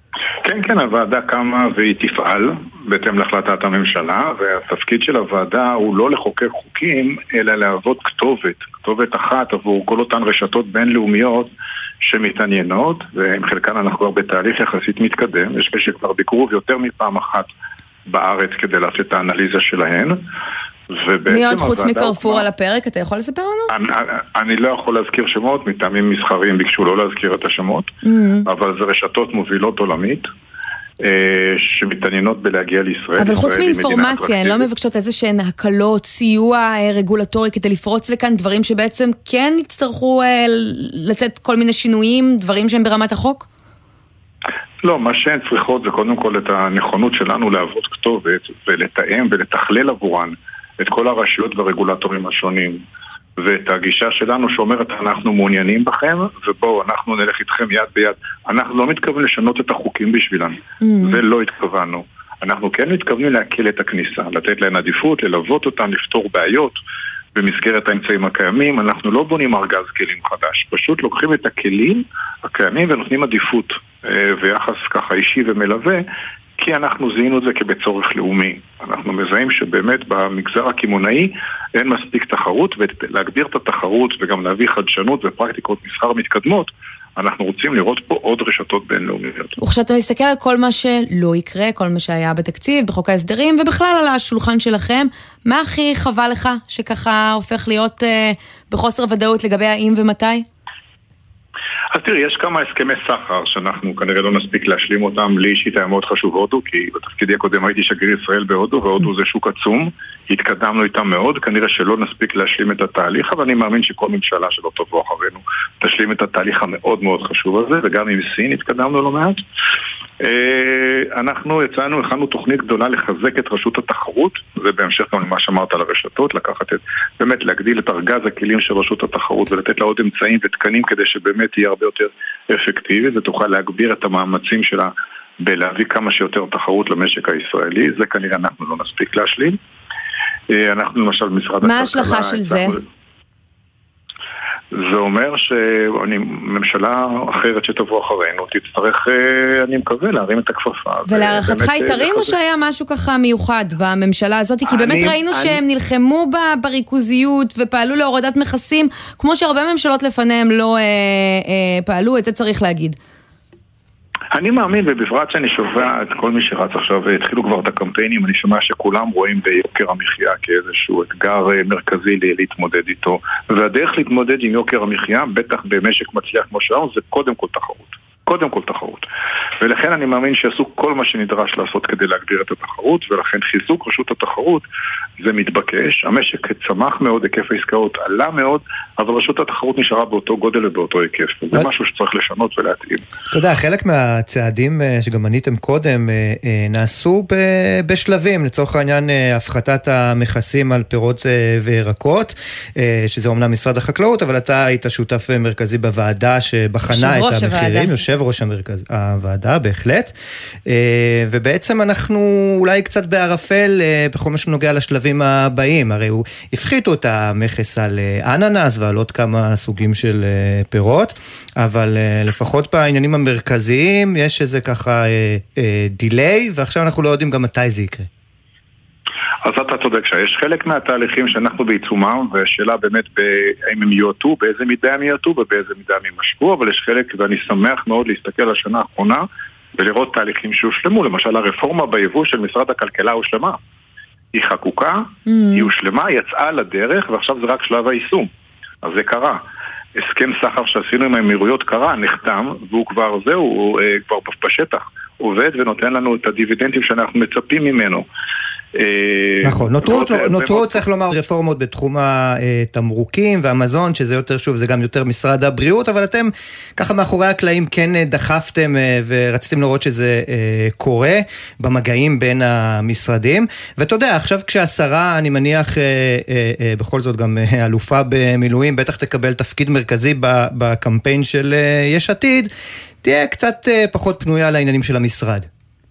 כן, הוועדה קמה והיא תפעל בהתאם להחלטת הממשלה, והתפקיד של הוועדה הוא לא לחוקק חוקים, אלא לעבוד כתובת אחת עבור כל אותן רשתות בינלאומיות שמתעניינות, ועם חלקן אנחנו כבר בתהליך יחסית מתקדם, יש שכבר ביקרו יותר מפעם אחת בארץ כדי לעשות את האנליזה שלהן. מי עוד חוץ מקרפור על הפרק? אתה יכול לספר לנו? אני לא יכול להזכיר שמות, מטעמים מסחריים ביקשו לא להזכיר את השמות, אבל זה רשתות מובילות עולמית שמתעניינות בלהגיע לישראל. אבל חוץ מאינפורמציה, הן לא מבקשות איזה שהן הקלות, סיוע רגולטורי כדי לפרוץ לכאן דברים שבעצם כן יצטרכו לתת כל מיני שינויים, דברים שהם ברמת החוק? לא, מה שהן צריכות זה קודם כל את הנכונות שלנו לעבוד כתובת ולתאם ולתכלל עבורן את כל הרשויות והרגולטורים השונים, ואת הגישה שלנו שאומרת אנחנו מעוניינים בכם ובואו אנחנו נלך איתכם יד ביד. אנחנו לא מתכוונים לשנות את החוקים בשבילם, ולא התכוונו. אנחנו כן מתכוונים להקל את הכניסה, לתת להן עדיפות, ללוות אותן, לפתור בעיות במסגרת האמצעים הקיימים. אנחנו לא בונים ארגז כלים חדש, פשוט לוקחים את הכלים הקיימים ונותנים עדיפות ויחס ככה אישי ומלווה, כי אנחנו זיהינו את זה כבצורך לאומי. אנחנו מזהים שבאמת במגזר הכימונאי אין מספיק תחרות, ולהגביר את התחרות וגם להביא חדשנות ופרקטיקות מסחר מתקדמות, אנחנו רוצים לראות פה עוד רשתות בינלאומיות. וכשאתה מסתכל על כל מה שלא יקרה, כל מה שהיה בתקציב, בחוק ההסדרים, ובכלל על השולחן שלכם, מה הכי חבל לך שככה הופך להיות בחוסר ודאות לגבי האם ומתי? אז תראי, יש כמה הסכמי סחר שאנחנו כנראה לא נספיק להשלים אותם. לי אישית היה מאוד חשוב הודו, כי בתפקידי הקודם הייתי שגריר ישראל בהודו, והודו זה שוק עצום, התקדמנו איתם מאוד, כנראה שלא נספיק להשלים את התהליך, אבל אני מאמין שכל ממשלה שלא תבוא אחרינו תשלים את התהליך המאוד מאוד חשוב הזה, וגם עם סין התקדמנו לא מעט. אנחנו הכנו תוכנית גדולה לחזק את רשות התחרות, זה בהמשך גם למה שאמרת על הרשתות, באמת להגדיל את ארגז הכלים של רשות התחרות ולתת לה עוד אמצעים ותקנים כדי שבאמת תהיה הרבה יותר אפקטיבית ותוכל להגביר את המאמצים שלה בלהביא כמה שיותר תחרות למשק הישראלי. זה כנראה אנחנו לא נספיק להשלים. אנחנו למשל משרד הכלכלה... מה ההשלכה של זה? זה אומר שממשלה אחרת שתבוא אחרינו תצטרך, אני מקווה, להרים את הכפפה. ולהערכתך יתרים או שהיה משהו ככה מיוחד בממשלה הזאת? כי באמת ראינו שהם נלחמו בריכוזיות ופעלו להורדת מכסים, כמו שהרבה ממשלות לפניהם לא פעלו, את זה צריך להגיד. אני מאמין, ובפרט שאני שומע את כל מי שרץ עכשיו והתחילו כבר את הקמפיינים, אני שומע שכולם רואים ביוקר המחיה כאיזשהו אתגר מרכזי להתמודד איתו, והדרך להתמודד עם יוקר המחיה, בטח במשק מצליח כמו שלנו, זה קודם כל תחרות. ולכן אני מאמין שיעשו כל מה שנדרש לעשות כדי להגביר את התחרות, ולכן חיזוק רשות התחרות זה מתבקש. המשק צמח מאוד, היקף העסקאות עלה מאוד, אבל רשות התחרות נשארה באותו גודל ובאותו היקף. זה משהו שצריך לשנות ולהתאים. אתה יודע, חלק מהצעדים שגם מניתם קודם נעשו בשלבים, לצורך העניין הפחתת המכסים על פירות וירקות, שזה אומנם משרד החקלאות, אבל אתה היית שותף מרכזי בוועדה שבחנה את המחירים, יושב ראש הוועדה, בהחלט. ובעצם אנחנו אולי קצת בערפל בכל מה שנוגע לשלבים הבאים. הרי הוא הפחיתו את המכס על אננס ועל עוד כמה סוגים של פירות, אבל לפחות בעניינים המרכזיים יש איזה ככה דיליי, ועכשיו אנחנו לא יודעים גם מתי זה יקרה. אז אתה צודק שיש חלק מהתהליכים שאנחנו בעיצומם, והשאלה באמת האם הם יועטו, באיזה מידה הם יועטו ובאיזה מידה הם ימשכו, אבל יש חלק, ואני שמח מאוד להסתכל על השנה האחרונה ולראות תהליכים שהושלמו. למשל הרפורמה ביבוא של משרד הכלכלה הושלמה, היא חקוקה, היא הושלמה, יצאה לדרך, ועכשיו זה רק שלב היישום. אז זה קרה. הסכם סחר שעשינו עם האמירויות קרה, נחתם, והוא כבר זהו, הוא כבר בשטח עובד ונותן לנו את הדיבידנדים שאנחנו מצפים ממנו. נכון, נותרו צריך לומר רפורמות בתחום התמרוקים והמזון, שזה יותר, שוב, זה גם יותר משרד הבריאות, אבל אתם ככה מאחורי הקלעים כן דחפתם ורציתם לראות שזה קורה במגעים בין המשרדים. ואתה יודע, עכשיו כשהשרה, אני מניח בכל זאת גם אלופה במילואים, בטח תקבל תפקיד מרכזי בקמפיין של יש עתיד, תהיה קצת פחות פנויה לעניינים של המשרד.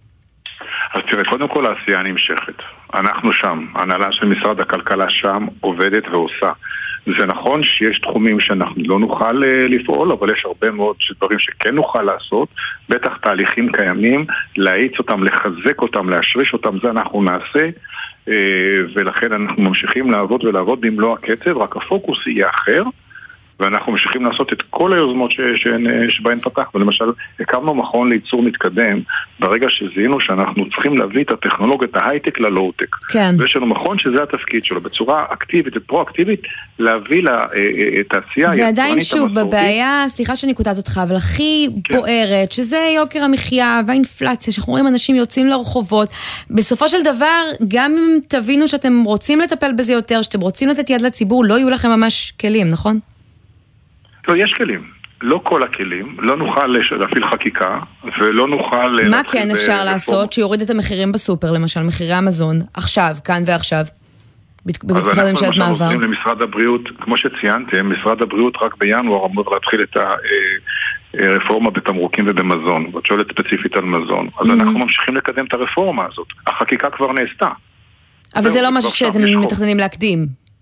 אז תראה, קודם כל העשייה נמשכת. אנחנו שם, ההנהלה של משרד הכלכלה שם עובדת ועושה. זה נכון שיש תחומים שאנחנו לא נוכל לפעול, אבל יש הרבה מאוד דברים שכן נוכל לעשות, בטח תהליכים קיימים, להאיץ אותם, לחזק אותם, להשריש אותם, זה אנחנו נעשה, ולכן אנחנו ממשיכים לעבוד ולעבוד במלוא הקצב, רק הפוקוס יהיה אחר, ואנחנו ממשיכים לעשות את כל היוזמות שבהן פתחנו. למשל, הקמנו מכון לייצור מתקדם, ברגע שזיהינו שאנחנו צריכים להביא את הטכנולוגיה, את ההייטק ללואו-טק. כן. ויש לנו מכון שזה התפקיד שלו, בצורה אקטיבית ופרו-אקטיבית, להביא לתעשייה. ועדיין שוב, בבעיה, סליחה שאני קוטעת אותך, אבל הכי בוערת, שזה יוקר המחיה והאינפלציה, שאנחנו רואים אנשים יוצאים לרחובות, בסופו של דבר, גם אם תבינו שאתם רוצים לטפל בזה יותר, שאתם רוצים לתת יד לציבור, לא יהיו לכם ממש כלים, נכון? לא, יש כלים. לא כל הכלים. לא נוכל להפעיל חקיקה, ולא נוכל... מה כן אפשר לעשות שיוריד את המחירים בסופר, למשל, מחירי המזון, עכשיו, כאן ועכשיו, בתקופת ממשלת מעבר? אנחנו עושים למשרד הבריאות, כמו שציינתם, משרד הבריאות רק בינואר אמור להתחיל את הרפורמה בתמרוקים ובמזון, ואת שואלת ספציפית על מזון. אז אנחנו ממשיכים לקדם את הרפורמה הזאת. החקיקה כבר נעשתה. אבל זה לא משהו שאתם מתכננים להקדים.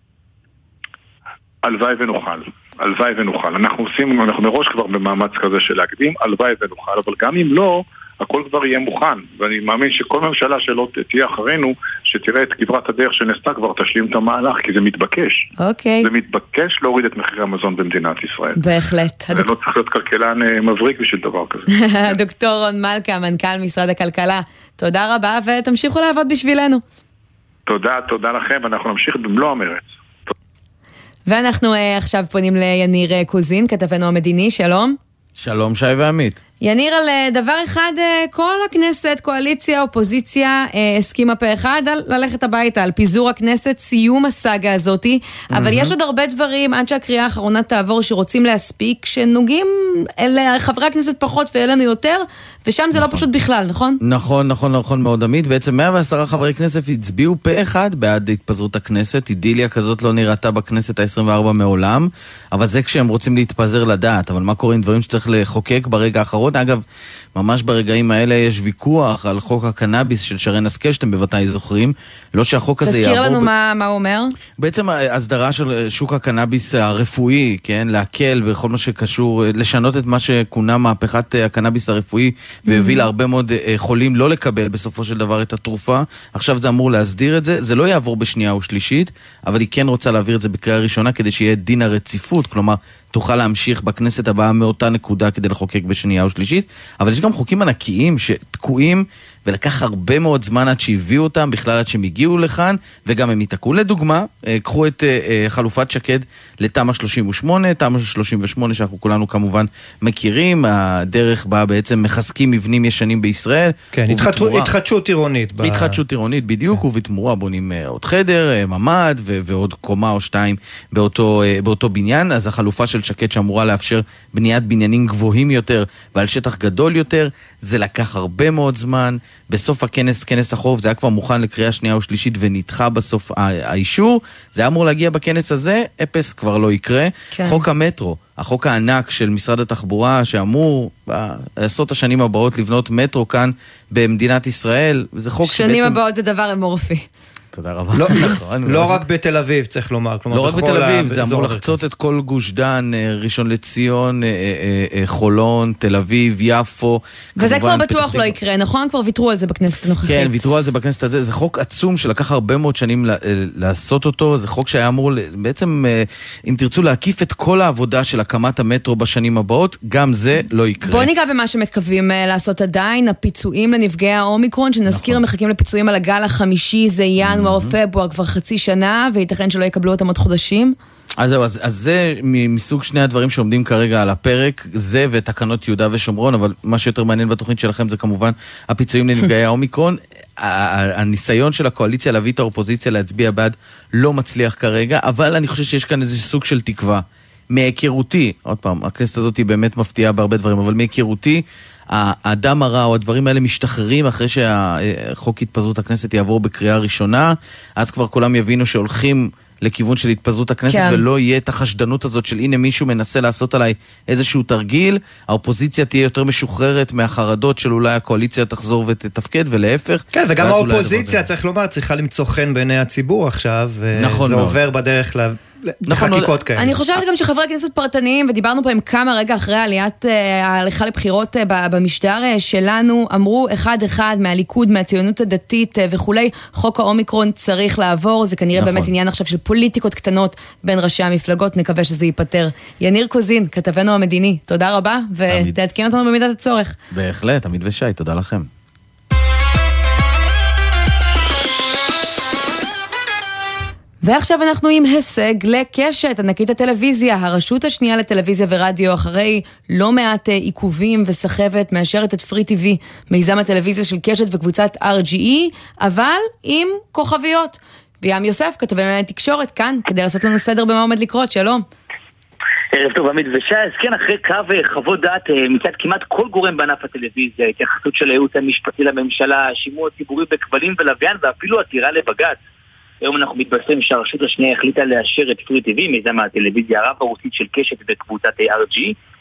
הלוואי ונוכל. אנחנו מראש כבר במאמץ כזה של להקדים, הלוואי ונוכל, אבל גם אם לא, הכל כבר יהיה מוכן, ואני מאמין שכל ממשלה שלא תהיה אחרינו, שתראה את כברת הדרך שנעשתה כבר תשלים את המהלך, כי זה מתבקש. אוקיי. זה מתבקש להוריד את מחירי המזון במדינת ישראל. בהחלט. זה לא צריך להיות כלכלן מבריק בשביל דבר כזה. דוקטור רון מלכה, מנכ"ל משרד הכלכלה, תודה רבה ותמשיכו לעבוד בשבילנו. תודה לכם, ואנחנו נמשיך במלוא המרץ. ואנחנו עכשיו פונים ליניר קוזין, כתבנו המדיני, שלום. שלום שי ועמית. יניר, על דבר אחד, כל הכנסת, קואליציה, אופוזיציה, הסכימה פה אחד על ללכת הביתה, על פיזור הכנסת, סיום הסאגה הזאת, אבל יש עוד הרבה דברים, עד שהקריאה האחרונה תעבור, שרוצים להספיק, שנוגעים לחברי הכנסת פחות ואלינו יותר, ושם זה לא פשוט בכלל, נכון? נכון מאוד עמית. בעצם 110 חברי כנסת הצביעו פה אחד בעד התפזרות הכנסת, אידיליה כזאת לא נראתה בכנסת ה-24 מעולם, אבל זה כשהם רוצים להתפזר לדעת, אבל מה קורה עם דברים שצריך לחוקק ברגע האחרון? אגב, ממש ברגעים האלה יש ויכוח על חוק הקנאביס של שרן השכל, שאתם בוודאי זוכרים. לא שהחוק הזה יעבור... תזכיר לנו מה הוא אומר? בעצם הסדרה של שוק הקנאביס הרפואי, כן? להקל בכל מה שקשור, לשנות את מה שכונה מהפכת הקנאביס הרפואי, והביא להרבה מאוד חולים לא לקבל בסופו של דבר את התרופה. עכשיו זה אמור להסדיר את זה. זה לא יעבור בשנייה או שלישית, אבל היא כן רוצה להעביר את זה בקריאה ראשונה, כדי שיהיה דין הרציפות, כלומר, תוכל להמשיך בכנסת הבאה מאותה נקודה כדי לחוקק בשנייה או שלישית, אבל יש גם חוקים ענקיים שתקועים ולקח הרבה מאוד זמן עד שהביאו אותם, בכלל עד שהם הגיעו לכאן, וגם הם יתקעו. לדוגמה, קחו את חלופת שקד לתמ"א 38, תמ"א 38 שאנחנו כולנו כמובן מכירים, הדרך בה בעצם מחזקים מבנים ישנים בישראל. כן, התחדשות עירונית. התחדשות עירונית, בדיוק, ובתמורה בונים עוד חדר, ממ"ד, ועוד קומה או שתיים באותו בניין. אז החלופה של שקד שאמורה לאפשר בניית בניינים גבוהים יותר, ועל שטח גדול יותר, זה לקח הרבה מאוד זמן. בסוף כנס החורף זה היה כבר מוכן לקריאה שנייה או שלישית ונדחה בסוף האישור. זה היה אמור להגיע בכנס הזה, אפס כבר לא יקרה. כן. חוק המטרו, החוק הענק של משרד התחבורה שאמור בעשרות השנים הבאות לבנות מטרו כאן במדינת ישראל, זה חוק שנים הבאות זה דבר אמורפי. תודה רבה. לא רק בתל אביב, צריך לומר. לא רק בתל אביב, זה אמור לחצות את כל גוש דן, ראשון לציון, חולון, תל אביב, יפו. וזה כבר בטוח לא יקרה, נכון? כבר ויתרו על זה בכנסת הנוכחית. כן, ויתרו על זה בכנסת הזה. זה חוק עצום שלקח הרבה מאוד שנים לעשות אותו. זה חוק שהיה אמור, בעצם, אם תרצו להקיף את כל העבודה של הקמת המטרו בשנים הבאות, גם זה לא יקרה. בוא ניגע במה שמקווים לעשות עדיין, הפיצויים לנפגעי האומיקרון, שנזכיר מחכים לפיצויים על הגל החמישי, זה ינואר או פברואר כבר חצי שנה, וייתכן שלא יקבלו אותם עוד חודשים. אז זה מסוג שני הדברים שעומדים כרגע על הפרק, זה ותקנות יהודה ושומרון, אבל מה שיותר מעניין בתוכנית שלכם זה כמובן הפיצויים לנפגעי האומיקרון. הניסיון של הקואליציה להביא את האופוזיציה להצביע בעד לא מצליח כרגע, אבל אני חושב שיש כאן איזה סוג של תקווה. מהיכרותי, עוד פעם, הכנסת הזאת היא באמת מפתיעה בהרבה דברים, אבל מהיכרותי, האדם הרע או הדברים האלה משתחררים אחרי שהחוק התפזרות הכנסת יעבור בקריאה ראשונה, אז כבר כולם יבינו שהולכים לכיוון של התפזרות הכנסת, כן. ולא יהיה את החשדנות הזאת של הנה מישהו מנסה לעשות עליי איזשהו תרגיל, האופוזיציה תהיה יותר משוחררת מהחרדות של אולי הקואליציה תחזור ותתפקד ולהפך. כן, וגם האופוזיציה, צריך לומר, צריכה למצוא חן בעיני הציבור עכשיו, נכון, זה עובר בדרך לחקיקות כאלה. אני חושבת גם שחברי כנסת פרטניים, ודיברנו פה עם כמה רגע אחרי עליית ההליכה לבחירות במשדר שלנו, אמרו אחד מהליכוד, מהציונות הדתית וכולי, חוק האומיקרון צריך לעבור, זה כנראה באמת עניין עכשיו של פוליטיקות קטנות בין ראשי המפלגות, נקווה שזה ייפטר. יניר קוזין, כתבנו המדיני, תודה רבה, ותעדכן אותנו במידת הצורך. בהחלט, עמית ושי, תודה לכם. ועכשיו אנחנו עם הישג לקשת, ענקית הטלוויזיה, הרשות השנייה לטלוויזיה ורדיו, אחרי לא מעט עיכובים וסחבת, מאשרת את פרי טיווי, מיזם הטלוויזיה של קשת וקבוצת RGE, אבל עם כוכביות. וים יוסף, כתבנו תקשורת כאן, כדי לעשות לנו סדר במה עומד לקרות, שלום. ערב טוב עמית ושי, אז כן, אחרי קו חוות דעת מצד כמעט כל גורם בענף הטלוויזיה, התייחסות של הייעוץ המשפטי לממשלה, שימוע ציבורי בכבלים ולוויין ואפילו עתירה לבג"ץ. היום אנחנו מתבשרים שהרשות השנייה החליטה לאשר את פרי טיווי, מיזם הטלוויזיה הרב-ערוצית של קשת וקבוצת RGE,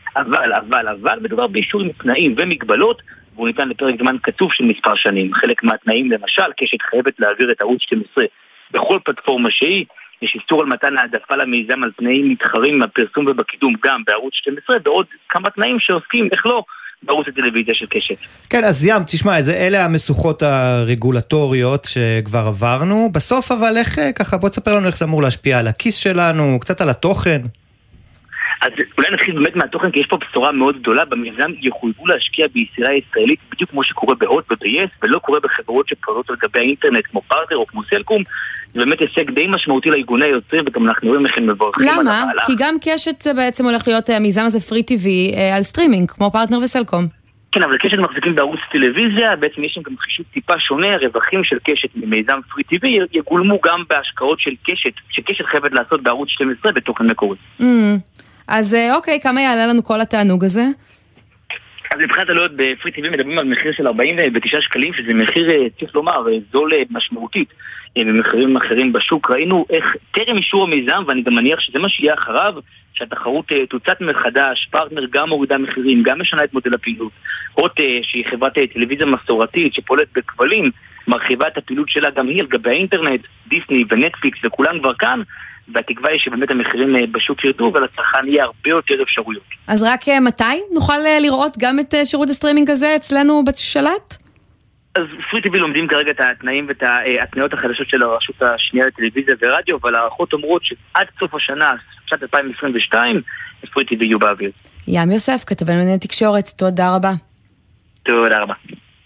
אבל מדובר באישור עם תנאים ומגבלות, והוא ניתן לפרק זמן קצוב של מספר שנים. חלק מהתנאים למשל, קשת חייבת להעביר את ערוץ 12 בכל פלטפורמה שהיא, יש איסור על מתן העדפה למיזם על פני מתחרים בפרסום ובקידום גם בערוץ 12, ועוד כמה תנאים שעוסקים, איך לא, בערוץ הטלוויזיה של קשת. כן, אז ים, תשמע, אלה המשוכות הרגולטוריות שכבר עברנו, בסוף אבל איך, ככה, בוא תספר לנו איך זה אמור להשפיע על הכיס שלנו, קצת על התוכן. אז אולי נתחיל באמת מהתוכן, כי יש פה בשורה מאוד גדולה, במיזם יחויבו להשקיע ביצירה ישראלית, בדיוק כמו שקורה בהוט וב-yes, ולא קורה בחברות שפועלות על גבי האינטרנט, כמו פרטנר או כמו סלקום. זה באמת הישג די משמעותי לארגוני היוצרים, וגם אנחנו רואים איך הם מברכים על המהלך. למה? כי גם קשת זה בעצם הולך להיות המיזם הזה פרי טיווי על סטרימינג, כמו פרטנר וסלקום. כן, אבל קשת מחזיקים בערוץ טלוויזיה, בעצם יש שם גם חישוב טיפה שונה, הרווחים של קשת ממיזם פרי טיווי יגולמו גם בהשקעות של קשת, שקשת חייבת לעשות בערוץ 12 בתוכן מקורי. אז אוקיי, כמה יעלה לנו כל התענוג הזה? אז מבחינת עלויות בפרי טיווי מדברים על מחיר של 49 שקלים, שזה מחיר, צריך לומר, זול משמעותית ממחירים אחרים בשוק. ראינו איך טרם אישור המיזם, ואני גם מניח שזה מה שיהיה אחריו, שהתחרות תוצאת מחדש, פרטנר גם מורידה מחירים, גם משנה את מודל הפעילות. הוט, שהיא חברת טלוויזיה מסורתית שפועלת בכבלים, מרחיבה את הפעילות שלה גם היא על גבי האינטרנט, דיסני ונטפליקס וכולם כבר כאן, והתקווה היא שבאמת המחירים בשוק ירדו, ולצרכן יהיה הרבה יותר אפשרויות. אז רק מתי נוכל לראות גם את שירות הסטרימינג הזה אצלנו בשלט? אז פרי טיווי לומדים כרגע את התנאים ואת התניות החדשות של הרשות השנייה לטלוויזיה ורדיו, אבל הערכות אומרות שעד סוף השנה, שנת 2022, פרי טיווי יהיו באוויר. ים יוסף, כתבנו לענייני תקשורת, תודה רבה. תודה רבה.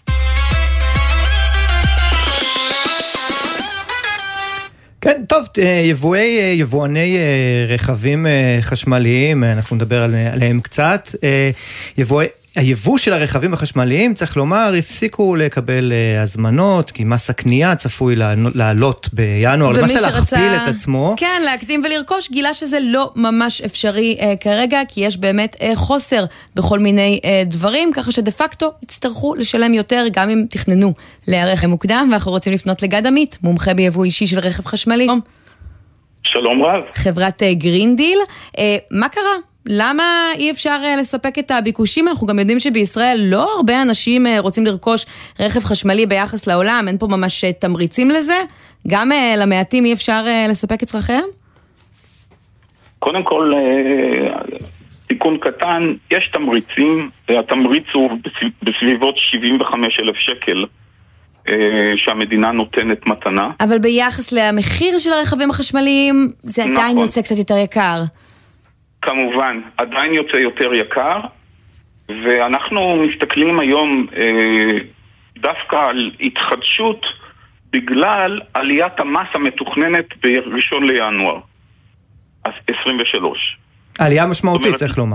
כן, טוב, יבואני רכבים חשמליים, אנחנו נדבר עליהם קצת. היבוא של הרכבים החשמליים, צריך לומר, הפסיקו לקבל הזמנות, כי מס הקנייה צפוי לעלות בינואר, למעשה להכפיל את עצמו. כן, להקדים ולרכוש, גילה שזה לא ממש אפשרי כרגע, כי יש באמת חוסר בכל מיני דברים, ככה שדה פקטו יצטרכו לשלם יותר, גם אם תכננו להיערך מוקדם, ואנחנו רוצים לפנות לגד עמית, מומחה ביבוא אישי של רכב חשמלי. שלום רב. חברת גרינדיל, מה קרה? למה אי אפשר לספק את הביקושים? אנחנו גם יודעים שבישראל לא הרבה אנשים רוצים לרכוש רכב חשמלי ביחס לעולם, אין פה ממש תמריצים לזה, גם למעטים אי אפשר לספק את צרכיהם? קודם כל, תיקון קטן, יש תמריצים, התמריץ הוא בסביבות 75,000 שקל שהמדינה נותנת מתנה. אבל ביחס למחיר של הרכבים החשמליים, זה עדיין יוצא קצת יותר יקר. כמובן, עדיין יוצא יותר יקר, ואנחנו מסתכלים היום דווקא על התחדשות בגלל עליית המס המתוכננת ב1 לינואר 23. עלייה משמעותית, צריך לומר.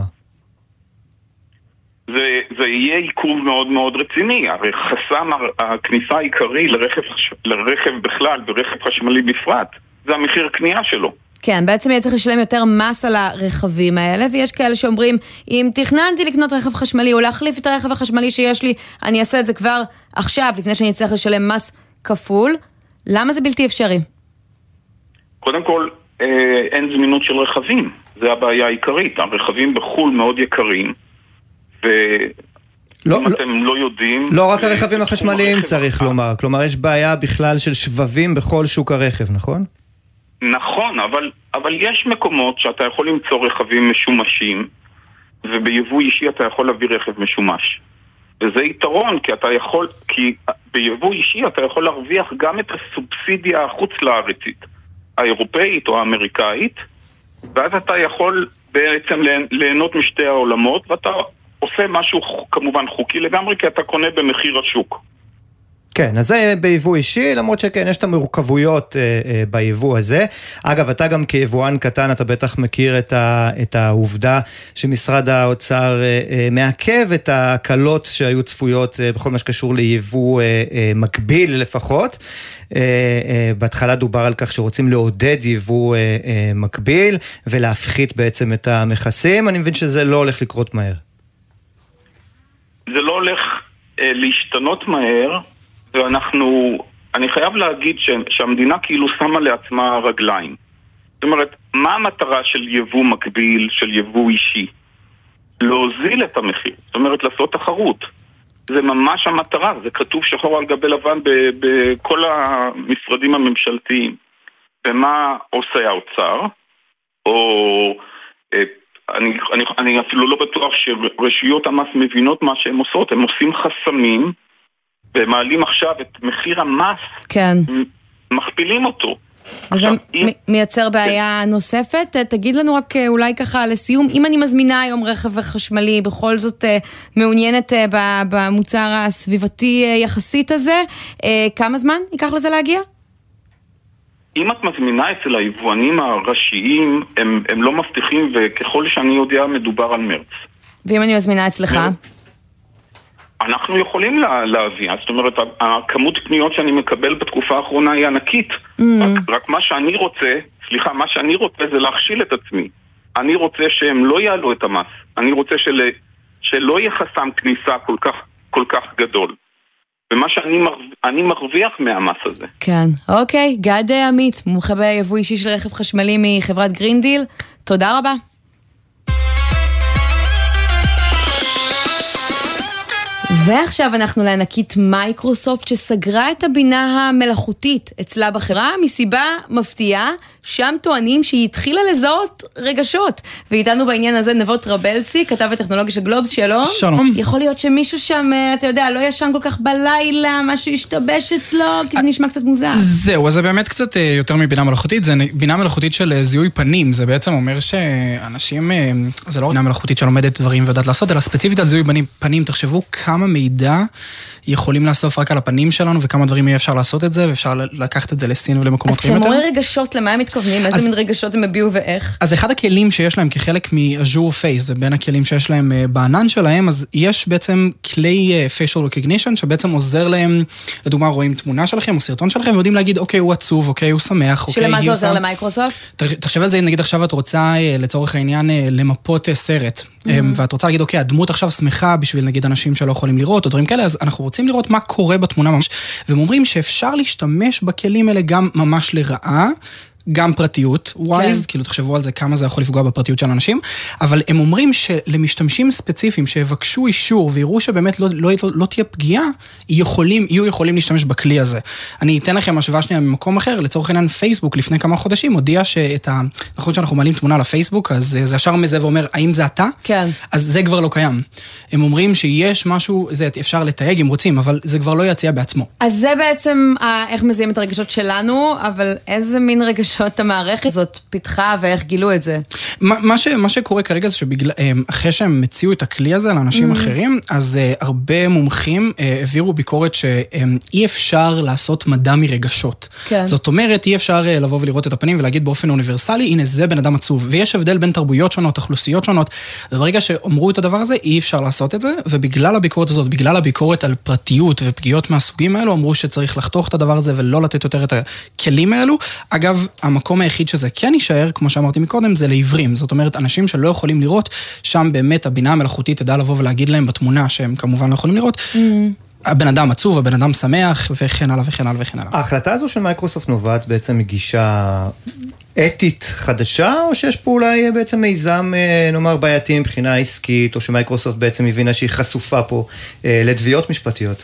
זה יהיה עיכוב מאוד מאוד רציני, הרי חסם הכניסה העיקרי לרכב בכלל ורכב חשמלי בפרט, זה המחיר קנייה שלו. כן, בעצם יהיה צריך לשלם יותר מס על הרכבים האלה, ויש כאלה שאומרים, אם תכננתי לקנות רכב חשמלי או להחליף את הרכב החשמלי שיש לי, אני אעשה את זה כבר עכשיו, לפני שאני צריך לשלם מס כפול. למה זה בלתי אפשרי? קודם כל, אין זמינות של רכבים, זה הבעיה העיקרית. הרכבים בחול מאוד יקרים, ואם אתם לא יודעים... לא רק הרכבים החשמליים צריך לומר, כלומר יש בעיה בכלל של שבבים בכל שוק הרכב, נכון? נכון, אבל אבל יש מקומות שאתה יכול למצוא רכבים משומשים, וביבוא אישי אתה יכול להביא רכב משומש. וזה יתרון, כי ביבוא אישי אתה יכול להרוויח גם את הסובסידיה החוץ לארצית, האירופאית או האמריקאית, ואז אתה יכול בעצם ליהנות משתי העולמות, ואתה עושה משהו כמובן חוקי לגמרי, כי אתה קונה במחיר השוק. כן, אז זה ביבוא אישי, למרות שכן, יש את המורכבויות ביבוא הזה. אגב, אתה גם כיבואן קטן, אתה בטח מכיר את העובדה שמשרד האוצר מעכב את הקלות שהיו צפויות בכל מה שקשור ליבוא מקביל לפחות. בהתחלה דובר על כך שרוצים לעודד יבוא מקביל, ולהפחית בעצם את המכסים. אני מבין שזה לא הולך לקרות מהר. זה לא הולך להשתנות מהר, אני חייב להגיד שהמדינה כאילו שמה לעצמה רגליים. זאת אומרת, מה המטרה של יבוא מקביל, של יבוא אישי? להוזיל את המחיר, זאת אומרת לעשות תחרות. זה ממש המטרה, זה כתוב שחור על גבי לבן בכל המשרדים הממשלתיים. ומה עושה האוצר? אני אפילו לא בטוח שרשויות המס מבינות מה שהן עושות, הן עושים חסמים, ומעלים עכשיו את מחיר המס, כן. מכפילים אותו. אז זה מייצר בעיה נוספת. תגיד לנו רק אולי ככה לסיום, אם אני מזמינה היום רכב חשמלי, בכל זאת מעוניינת במוצר הסביבתי יחסית הזה, כמה זמן ייקח לזה להגיע? אם את מזמינה אצל היבואנים הראשיים, הם לא מבטיחים, וככל שאני יודע מדובר על מרץ. ואם אני מזמינה אצלך? אנחנו יכולים להביא, זאת אומרת, הכמות פניות שאני מקבל בתקופה האחרונה היא ענקית. רק מה שאני רוצה זה להכשיל את עצמי. אני רוצה שהם לא יעלו את המס. אני רוצה שלא יהיה חסם כניסה כל כך גדול. ומה שאני מרוויח מהמס הזה. כן, אוקיי. גד עמית, מומחה ביבוא אישי של רכב חשמלי מחברת גרינדיל. תודה רבה. ועכשיו אנחנו לענקית מייקרוסופט שסגרה את הבינה המלאכותית אצלה בחברה מסיבה מפתיעה, שם טוענים שהיא התחילה לזהות רגשות. ואיתנו בעניין הזה נבות רבלסי, כתב הטכנולוגיה של גלובס, שלום. שלום. יכול להיות שמישהו שם, אתה יודע, לא ישן כל כך בלילה, משהו ישתבש אצלו, כי זה נשמע קצת מוזר. זהו, אז זה באמת קצת יותר מבינה מלאכותית, זה בינה מלאכותית של זיהוי פנים, זה בעצם אומר שאנשים, זה לא בינה מלאכותית שלומדת דברים ויודעת לעשות, אלא ספציפית על זיהוי פנים, תחשבו כמה מידע יכולים לאסוף רק על הפנים שלנו, וכמה דברים יהיה אפשר לעשות את זה, ואפשר לקחת את זה לסין ולמקומות אחרים יותר. אז כשמורי רגשות, למה הם מתכוונים? איזה מין רגשות הם הביאו ואיך? אז אחד הכלים שיש להם כחלק מ-Azure Face, זה בין הכלים שיש להם בענן שלהם, אז יש בעצם כלי facial recognition, שבעצם עוזר להם, לדוגמה רואים תמונה שלכם או סרטון שלכם, ויודעים להגיד, אוקיי, הוא עצוב, אוקיי, הוא שמח, אוקיי, שלמה זה עוזר למייקרוסופט? תחשב על זה, נגיד עכשיו את רוצה, לצורך העניין, למפות סרט, ואת רוצה להגיד, אוקיי, הדמות עכשיו שמחה בשביל נגיד אנשים שלא יכולים לראות, או דברים כאלה, אז אנחנו רוצים לראות מה קורה בתמונה ממש, והם אומרים שאפשר להשתמש בכלים האלה גם ממש לרעה, גם פרטיות, ווייז, כאילו תחשבו על זה כמה זה יכול לפגוע בפרטיות של אנשים, אבל הם אומרים שלמשתמשים ספציפיים שיבקשו אישור ויראו שבאמת לא תהיה פגיעה, יהיו יכולים להשתמש בכלי הזה. אני אתן לכם השוואה שנייה ממקום אחר, לצורך העניין פייסבוק לפני כמה חודשים הודיע נכון שאנחנו מעלים תמונה לפייסבוק, אז זה ישר מזה ואומר, האם זה אתה? כן. אז זה כבר לא קיים. הם אומרים שיש משהו, זה אפשר לתייג אם רוצים, אבל זה כבר לא יציע בעצמו. אז זה בעצם איך מזהים את הרגשות שלנו, אבל איזה מין רגשות המערכת הזאת פיתחה ואיך גילו את זה? מה שקורה כרגע זה אחרי שהם מציעו את הכלי הזה לאנשים אחרים, אז הרבה מומחים העבירו ביקורת שאי אפשר לעשות מדע מרגשות. זאת אומרת, אי אפשר לבוא ולראות את הפנים ולהגיד באופן אוניברסלי, הנה זה בן אדם עצוב. ויש הבדל בין תרבויות שונות, אוכלוסיות שונות, וברגע שאמרו את הדבר הזה, אי אפשר לעשות את זה, ובגלל הביקורת הזאת, בגלל הביקורת על פרטיות ופגיעות מהסוגים האלו, אמרו שצריך לחתוך את הדבר הזה ולא לתת יותר את הכלים האלו. אגב, המקום היחיד שזה כן יישאר, כמו שאמרתי מקודם, זה לעיוורים. זאת אומרת, אנשים שלא יכולים לראות, שם באמת הבינה המלאכותית תדע לבוא ולהגיד להם בתמונה, שהם כמובן לא יכולים לראות, הבן אדם עצוב, הבן אדם שמח, וכן הלאה וכן הלאה וכן הלאה. ההחלטה הזו של מייקרוסופט נובעת בעצם מגישה אתית חדשה, או שיש פה אולי בעצם מיזם, נאמר, בעייתי מבחינה עסקית, או שמייקרוסופט בעצם הבינה שהיא חשופה פה לתביעות משפטיות?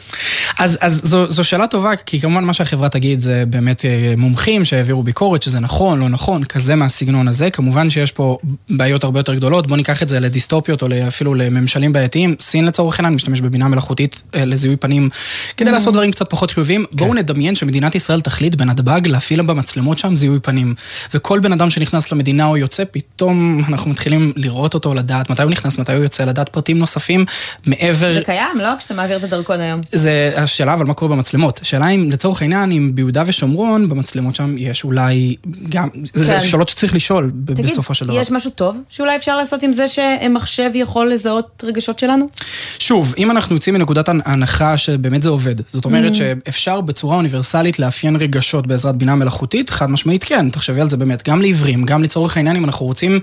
אז זו שאלה טובה, כי כמובן מה שהחברה תגיד זה באמת מומחים שהעבירו ביקורת, שזה נכון, לא נכון, כזה מהסגנון הזה. כמובן שיש פה בעיות הרבה יותר גדולות, בוא ניקח את זה לדיסטופיות, או אפילו לממשלים בעייתיים. סין לצורך העניין משתמש בבינה מלאכותית לזיהוי פנים, כדי לעשות דברים קצת פחות חיוביים. בואו נדמיין שמדינת ישראל תחליט בנתב"ג להפעיל במצלמות שם זיהוי פנים. וכל בן אדם שנכנס למדינה או יוצא, פתאום אנחנו מתחילים לראות אותו, לדעת מתי הוא נכנס, מתי הוא יוצא, לדעת פרטים נוספים מעבר... זה קיים, לא? כשאתה מעביר את הדרכון היום. זה השאלה, אבל מה קורה במצלמות? השאלה אם, לצורך העניין, אם ביהודה ושומרון, במצלמות שם יש אולי גם... זה שאלות שצריך לשאול בסופו של דבר. תגיד, יש משהו טוב שאולי אפשר לעשות עם זה שמחשב יכול לזהות רגשות שלנו? שוב, אם אנחנו יוצאים מנקודת ההנחה שבאמת זה עובד, זאת אומרת שאפשר בצורה אוניברסלית לאפיין רגשות בעזרת בינה מלאכותית, חד משמעית כן, תחשבי על זה באמת, גם לעברים, גם לצורך העניין, אם אנחנו רוצים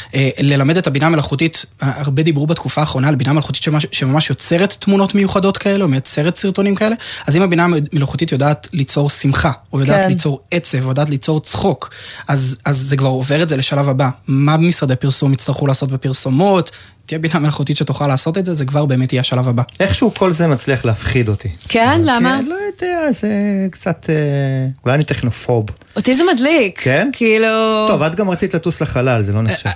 ללמד את הבינה המלאכותית, הרבה דיברו בתקופה האחרונה על בינה מלאכותית שממש יוצרת תמונות מיוחדות כאלה, או מייצרת סרטונים כאלה, אז אם הבינה המלאכותית יודעת ליצור שמחה, או יודעת ליצור עצב, או יודעת ליצור צחוק, אז זה כבר עובר את זה לשלב הבא. מה משרדי פרסום יצטרכו לעשות בפרסומות? תהיה בינה מלאכותית שתוכל לעשות את זה, זה כבר באמת יהיה השלב הבא. איכשהו כל זה מצליח להפחיד אותי. כן, למה? כן, לא יודע, זה קצת, אולי אני טכנופוב. אותי זה מדליק. כן? כאילו... טוב, את גם רצית לטוס לחלל, זה לא נחשב.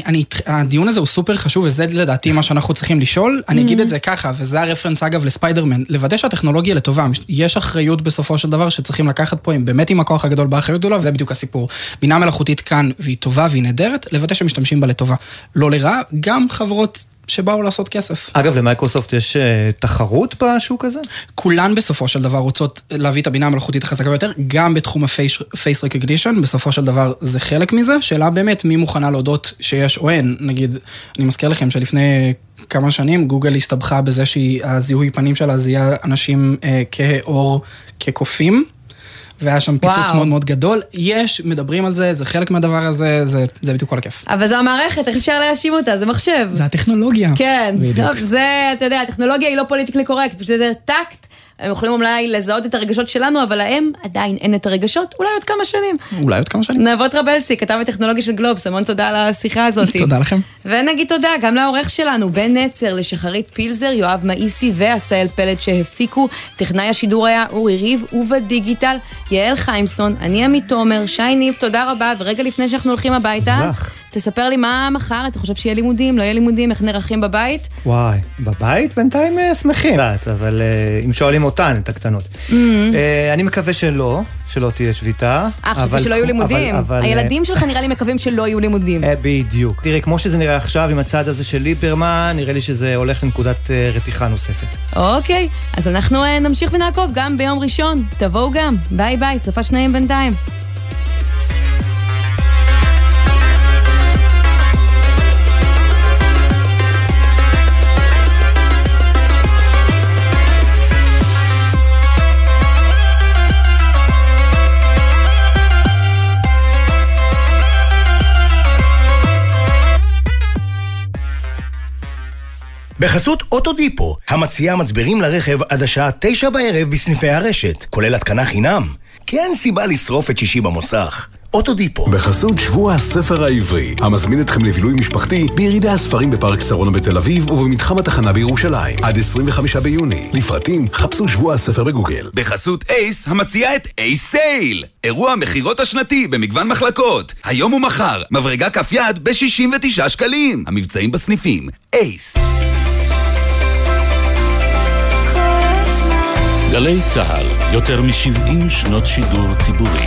הדיון הזה הוא סופר חשוב, וזה לדעתי מה שאנחנו צריכים לשאול. אני אגיד את זה ככה, וזה הרפרנס אגב לספיידרמן, לוודא שהטכנולוגיה לטובה. יש אחריות בסופו של דבר שצריכים לקחת פה, באמת עם הכוח הגדול באחריות גדולה, וזה בדיוק הסיפור. בינה מלאכותית כאן, והיא טובה והיא נהדרת, לוודא שמשתמשים בה לטובה. לא לרע, גם חברות שבאו לעשות כסף. אגב, למייקרוסופט יש תחרות בשוק הזה? כולן בסופו של דבר רוצות להביא את הבינה המלאכותית החזקה יותר, גם בתחום ה-face recognition, בסופו של דבר זה חלק מזה, שאלה באמת מי מוכנה להודות שיש או אין, נגיד, אני מזכיר לכם שלפני כמה שנים גוגל הסתבכה בזה שהזיהוי פנים שלה זיהה אנשים כהאור, כקופים, והיה שם פיצוץ מאוד מאוד גדול. יש, מדברים על זה, זה חלק מהדבר הזה, זה בדיוק כל הכיף. אבל זו המערכת, איך אפשר להאשים אותה? זה מחשב. זה הטכנולוגיה. כן, טוב, זה, אתה יודע, הטכנולוגיה היא לא פוליטיקלי קורקט, פשוט זה טקט, הם יכולים אולי לזהות את הרגשות שלנו, אבל להם עדיין אין את הרגשות, אולי עוד כמה שנים. אולי עוד כמה שנים. נבות רבלסי, כתב הטכנולוגיה של גלובס, המון תודה על השיחה הזאת. תודה לכם. ונגיד תודה גם לעורך שלנו, בן נצר, לשחרית פילזר, יואב מאיסי ועשאל פלד שהפיקו, טכנאי השידור היה אורי ריב, ובדיגיטל, יעל חיימסון, אני עמית תומר, שי ניב, תודה רבה, ורגע לפני שאנחנו הולכים הביתה, תספר לי מה מחר, אתה חושב שיהיה לימודים, לא יהיה לימודים, איך נערכים בבית? וואי, בבית בינתיים שמחים, אבל אם שואלים אותן, את הקטנות. אני מקווה שלא תהיה שביתה. חשבתי שלא יהיו לימודים. הילדים שלך נראה לי מקווים שלא יהיו לימודים. בדיוק. תראי, כמו שזה נראה עכשיו עם הצעד הזה של ליברמן, נראה לי שזה הולך לנקודת רתיחה נוספת. אוקיי, אז אנחנו נמשיך ונעקוב גם ביום ראשון. תבואו גם. ביי ביי, סופה שניים בינתיים. בחסות אוטודיפו, המציעה מצברים לרכב עד השעה 9 בערב בסניפי הרשת, כולל התקנה חינם. כי אין סיבה לשרוף את שישי במוסך. אוטודיפו. בחסות שבוע הספר העברי, המזמין אתכם לבילוי משפחתי בירידי הספרים בפארק שרונה בתל אביב ובמתחם התחנה בירושלים, עד 25 ביוני. לפרטים, חפשו שבוע הספר בגוגל. בחסות אייס, המציעה את אייס סייל, אירוע המחירות השנתי במגוון מחלקות. היום ומחר, מברגה כף יד ב-69 שקלים. המבצעים בסניפים, אייס. גלי צהל, יותר מ-70 שנות שידור ציבורי.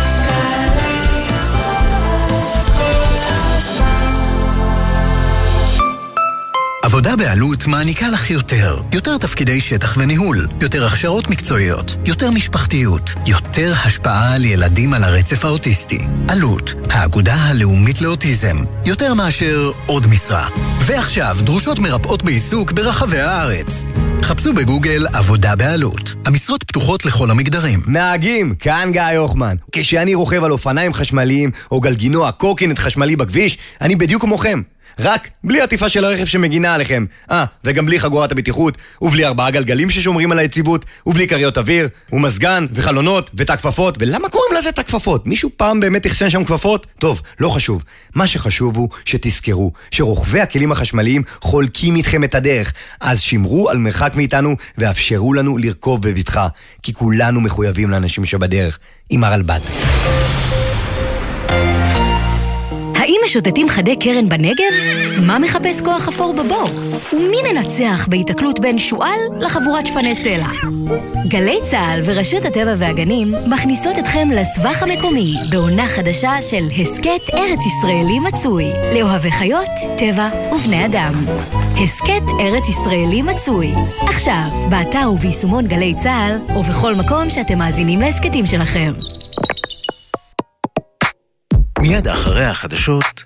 עבודה בעלות מעניקה לך יותר תפקידי שטח וניהול, יותר הכשרות מקצועיות, יותר משפחתיות, יותר השפעה על ילדים על הרצף האוטיסטי. עלות, האגודה הלאומית לאוטיזם, יותר מאשר עוד משרה. ועכשיו דרושות מרפאות בעיסוק ברחבי הארץ. חפשו בגוגל עבודה בעלות. המשרות פתוחות לכל המגדרים. נהגים, כאן גיא יוחמן. כשאני רוכב על אופניים חשמליים או גלגינוע קורקינט חשמלי בכביש, אני בדיוק כמוכם. רק בלי עטיפה של הרכב שמגינה עליכם. וגם בלי חגורת הבטיחות, ובלי 4 גלגלים ששומרים על היציבות, ובלי קריות אוויר, ומזגן, וחלונות, ותקפפות. ולמה קוראים לזה תקפפות? מישהו פעם באמת יחסן שם כפפות? טוב, לא חשוב. מה שחשוב הוא שתזכרו שרוכבי הכלים החשמליים חולקים איתכם את הדרך. אז שמרו על מרחק מאיתנו ואפשרו לנו לרכוב בבטחה, כי כולנו מחויבים לאנשים שבדרך. עם הרלב"ד. האם משוטטים חדי קרן בנגב? מה מחפש כוח אפור בבור? ומי מנצח בהתקלות בין שואל לחבורת שפני סלע? גלי צהל ורשות הטבע והגנים מכניסות אתכם לסבך המקומי בעונה חדשה של הסקט ארץ ישראלי מצוי לאוהבי חיות, טבע ובני אדם. הסקט ארץ ישראלי מצוי עכשיו באתר וביישומון גלי צהל ובכל מקום שאתם מאזינים להסקטים שלכם. מיד אחרי החדשות